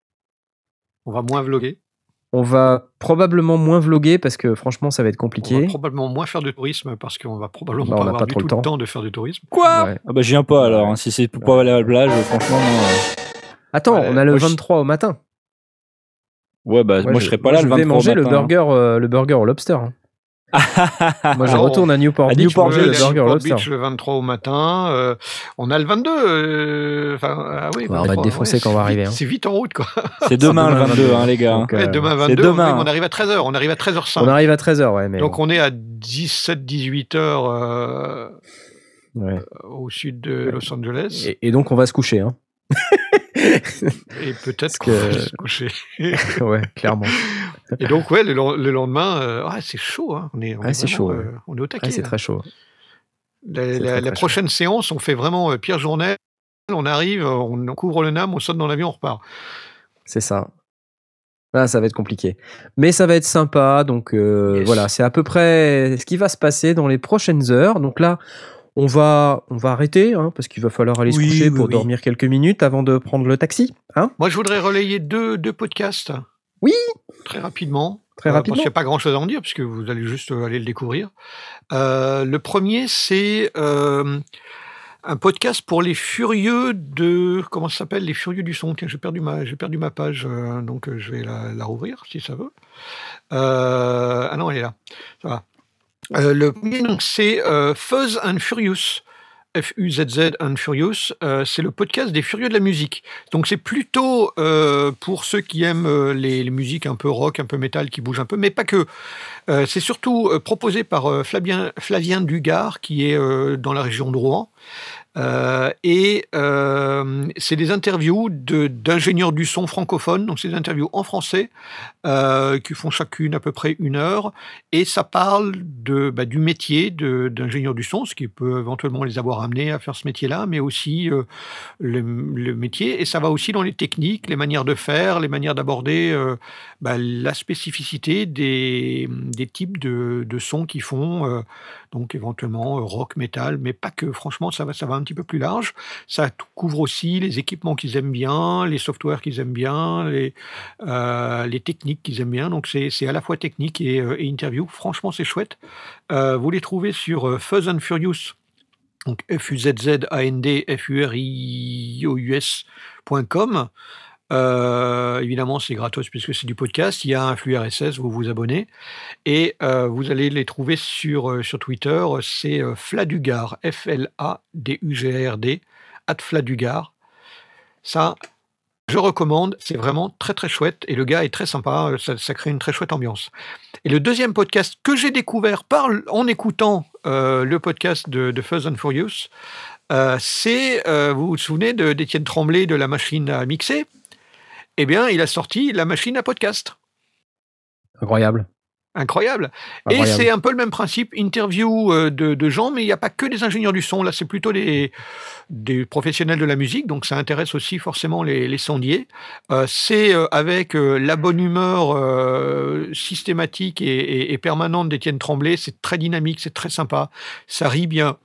On va moins vlogger. On va probablement moins vlogger parce que franchement ça va être On va compliqué. probablement moins faire de tourisme parce qu'on va probablement Bah, on pas n'a avoir pas du trop tout le le temps. temps de faire du tourisme. Quoi Ouais. Ah bah, je viens pas alors. Ouais. hein. Si c'est pour pas aller à la plage, franchement. euh, Attends, Ouais, on a le moi, je- vingt-trois au matin. Ouais, bah, moi, je serais pas moi, là je le vais vingt-trois manger au le matin, hein. burger, euh, le burger au lobster. hein. Moi, je Alors, retourne à Newport à Beach Newport manger Ouais, le Beach. la burger au Newport lobster. Beach le vingt-trois au matin. euh, on a le vingt-deux. euh, Enfin, ah oui, Ouais, on va être vingt-trois, défoncé ouais, quand on c'est va vite- arriver, hein. C'est vite en route, quoi. C'est demain le demain, vingt-deux, vingt-deux, hein, les gars. donc, hein. euh, Ouais, demain c'est vingt-deux, demain, oui, mais on hein. arrive à treize heures. On arrive à treize heures cinq. On arrive à treize heures, ouais. Mais Donc bon. on est à dix-sept dix-huit heures euh, Ouais. au sud de Los Angeles. Et, et donc, on va se coucher. Hein. Et peut-être Parce qu'on va que- se coucher. ouais, clairement. Et donc, ouais, le, len- le lendemain, euh, ouais, c'est chaud. Hein. On est, on Ouais, est c'est vraiment, chaud, ouais. euh, on est au taquet. Ouais, c'est là. très chaud. La, c'est la- très, la très prochaine séance, on fait vraiment euh, Pierre Journel. On arrive, on, on couvre le NAM, on saute dans l'avion, on repart. C'est ça. Ah, ça va être compliqué. Mais ça va être sympa. Donc euh, Yes. voilà, c'est à peu près ce qui va se passer dans les prochaines heures. Donc là, on va, on va arrêter hein, parce qu'il va falloir aller Oui, se coucher oui, pour oui. dormir quelques minutes avant de prendre le taxi. Hein Moi, je voudrais relayer deux, deux podcasts. Oui. Très rapidement. Très Euh, rapidement. Parce qu'il n'y a pas grand-chose à en dire, puisque vous allez juste euh, aller le découvrir. Euh, le premier, c'est euh, un podcast pour les furieux de... Comment ça s'appelle? Les furieux du son. Tiens, j'ai perdu ma, j'ai perdu ma page, euh, donc euh, je vais la, la rouvrir, si ça veut. Euh, ah non, elle est là. Ça va. Euh, le premier, donc, c'est euh, Fuzz and Furious. F U Z Z and Furious, euh, c'est le podcast des furieux de la musique. Donc c'est plutôt euh, pour ceux qui aiment euh, les, les musiques un peu rock, un peu métal, qui bougent un peu, mais pas que. Euh, c'est surtout euh, proposé par euh, Flavien, Flavien Dugard, qui est euh, dans la région de Rouen. Euh, et euh, c'est des interviews de- d'ingénieurs du son francophones, donc c'est des interviews en français euh, qui font chacune à peu près une heure, et ça parle de, bah, du métier de- d'ingénieur du son, ce qui peut éventuellement les avoir amenés à faire ce métier-là, mais aussi euh, le, le métier, et ça va aussi dans les techniques, les manières de faire, les manières d'aborder euh, bah, la spécificité des, des types de, de sons qu'ils font, euh, donc éventuellement euh, rock, métal, mais pas que, franchement, ça va, ça va un petit peu plus large. Ça t- couvre aussi les équipements qu'ils aiment bien, les softwares qu'ils aiment bien, les, euh, les techniques qu'ils aiment bien. Donc c'est c'est à la fois technique et, euh, et interview. Franchement, c'est chouette. Euh, vous les trouvez sur euh, Fuzz and Furious, donc F U Z Z A N D F U R I O U S point com. Euh, évidemment, c'est gratos puisque c'est du podcast. Il y a un flux R S S, vous vous abonnez. Et euh, vous allez les trouver sur, euh, sur Twitter. C'est euh, Fladugar, F L A D U G R D, at Fladugar. Ça, je recommande. C'est vraiment très très chouette. Et le gars est très sympa. Ça, ça crée une très chouette ambiance. Et le deuxième podcast que j'ai découvert par, en écoutant euh, le podcast de, de Fuzz and Furious, euh, c'est, euh, vous vous souvenez de- d'Étienne Tremblay de la machine à mixer? Eh bien, il a sorti la machine à podcast. Incroyable. Incroyable. Et Incroyable. c'est un peu le même principe, interview euh, de, de gens, mais il n'y a pas que des ingénieurs du son. Là, c'est plutôt des, des professionnels de la musique, donc ça intéresse aussi forcément les, les sondiers. Euh, c'est euh, avec euh, la bonne humeur euh, systématique et, et- et permanente d'Étienne Tremblay. C'est très dynamique, c'est très sympa. Ça rit bien.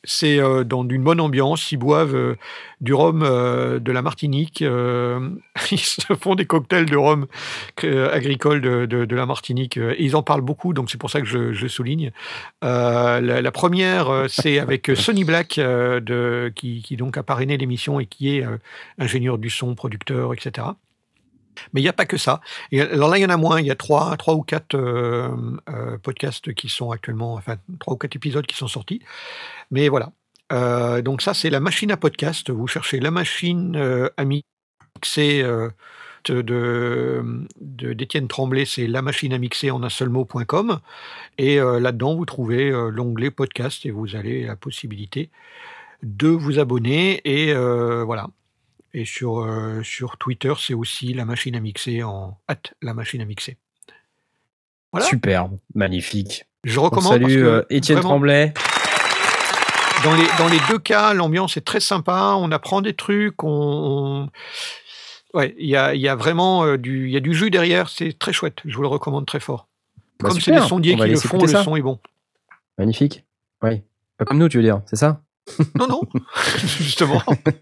c'est euh, dans une bonne ambiance. Ils boivent euh, du rhum euh, de la Martinique. euh, ils se font des cocktails de rhum euh, agricole de, de- de la Martinique. euh, et ils en parlent beaucoup, donc c'est pour ça que je, je souligne. Euh, la, la première, euh, c'est avec Sonny Black, euh, de, qui, qui donc a parrainé l'émission et qui est euh, ingénieur du son, producteur, et cetera. Mais il n'y a pas que ça. Et alors là, il y en a moins. Il y a trois, trois ou quatre euh, euh, podcasts qui sont actuellement, enfin, trois ou quatre épisodes qui sont sortis. Mais voilà. Euh, donc ça, c'est la machine à podcast. Vous cherchez la machine euh, à mixer euh, de, de- de- d'Étienne Tremblay, c'est la machine à mixer en un seul mot point com. Et euh, là-dedans, vous trouvez euh, l'onglet podcast et vous avez la possibilité de vous abonner. Et euh, voilà. Et sur, euh, sur Twitter, c'est aussi la machine à mixer en at la machine à mixer. Voilà. Superbe, magnifique. Je On recommande parce salue que euh, Étienne vraiment, Tremblay. dans les, dans les deux cas, l'ambiance est très sympa. On apprend des trucs. On, on- Ouais, il y a, il y a vraiment euh, du, il y a du jus derrière. C'est très chouette. Je vous le recommande très fort. Bah, Comme c'est des super, sondiers on va qui aller le font, s'écouter le ça. son est bon. Magnifique. Oui. Pas comme nous, tu veux dire, c'est ça? Non, non, justement.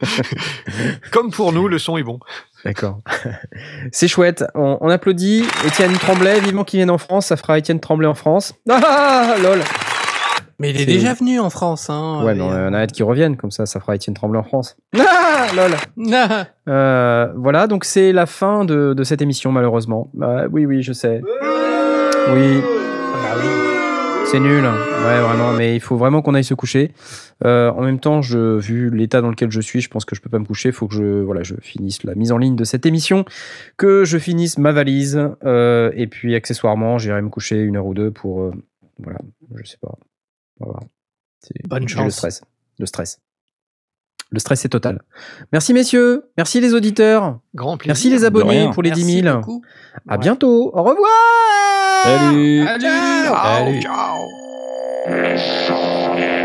Comme pour nous, le son est bon. D'accord. C'est chouette. On, on applaudit Étienne Tremblay, vivement qu'il vienne en France. Ça fera Étienne Tremblay en France. Ah, lol. Mais il est C'est- déjà venu en France. Hein, Ouais, et, mais on euh, a hâte qu'il revienne, comme ça, ça fera Étienne Tremblay en France. Ah, lol. Ah, Euh, voilà, donc c'est la fin de, de cette émission, malheureusement. Bah, oui, oui, je sais. Oui. bah oui. C'est nul, ouais, vraiment, mais il faut vraiment qu'on aille se coucher. Euh, en même temps, je, vu l'état dans lequel je suis, je pense que je peux pas me coucher. Il faut que je, voilà, je finisse la mise en ligne de cette émission, que je finisse ma valise, euh, et puis accessoirement, j'irai me coucher une heure ou deux pour, euh, voilà, je sais pas. On va voir. C'est- Bonne j'ai le chance. stress, le stress, le stress est total. Merci messieurs, merci les auditeurs, Grand plaisir. merci les abonnés rien. pour les Merci dix mille. beaucoup. À Ouais. bientôt. Au revoir. Salut. Salut. Ciao, Salut. ciao.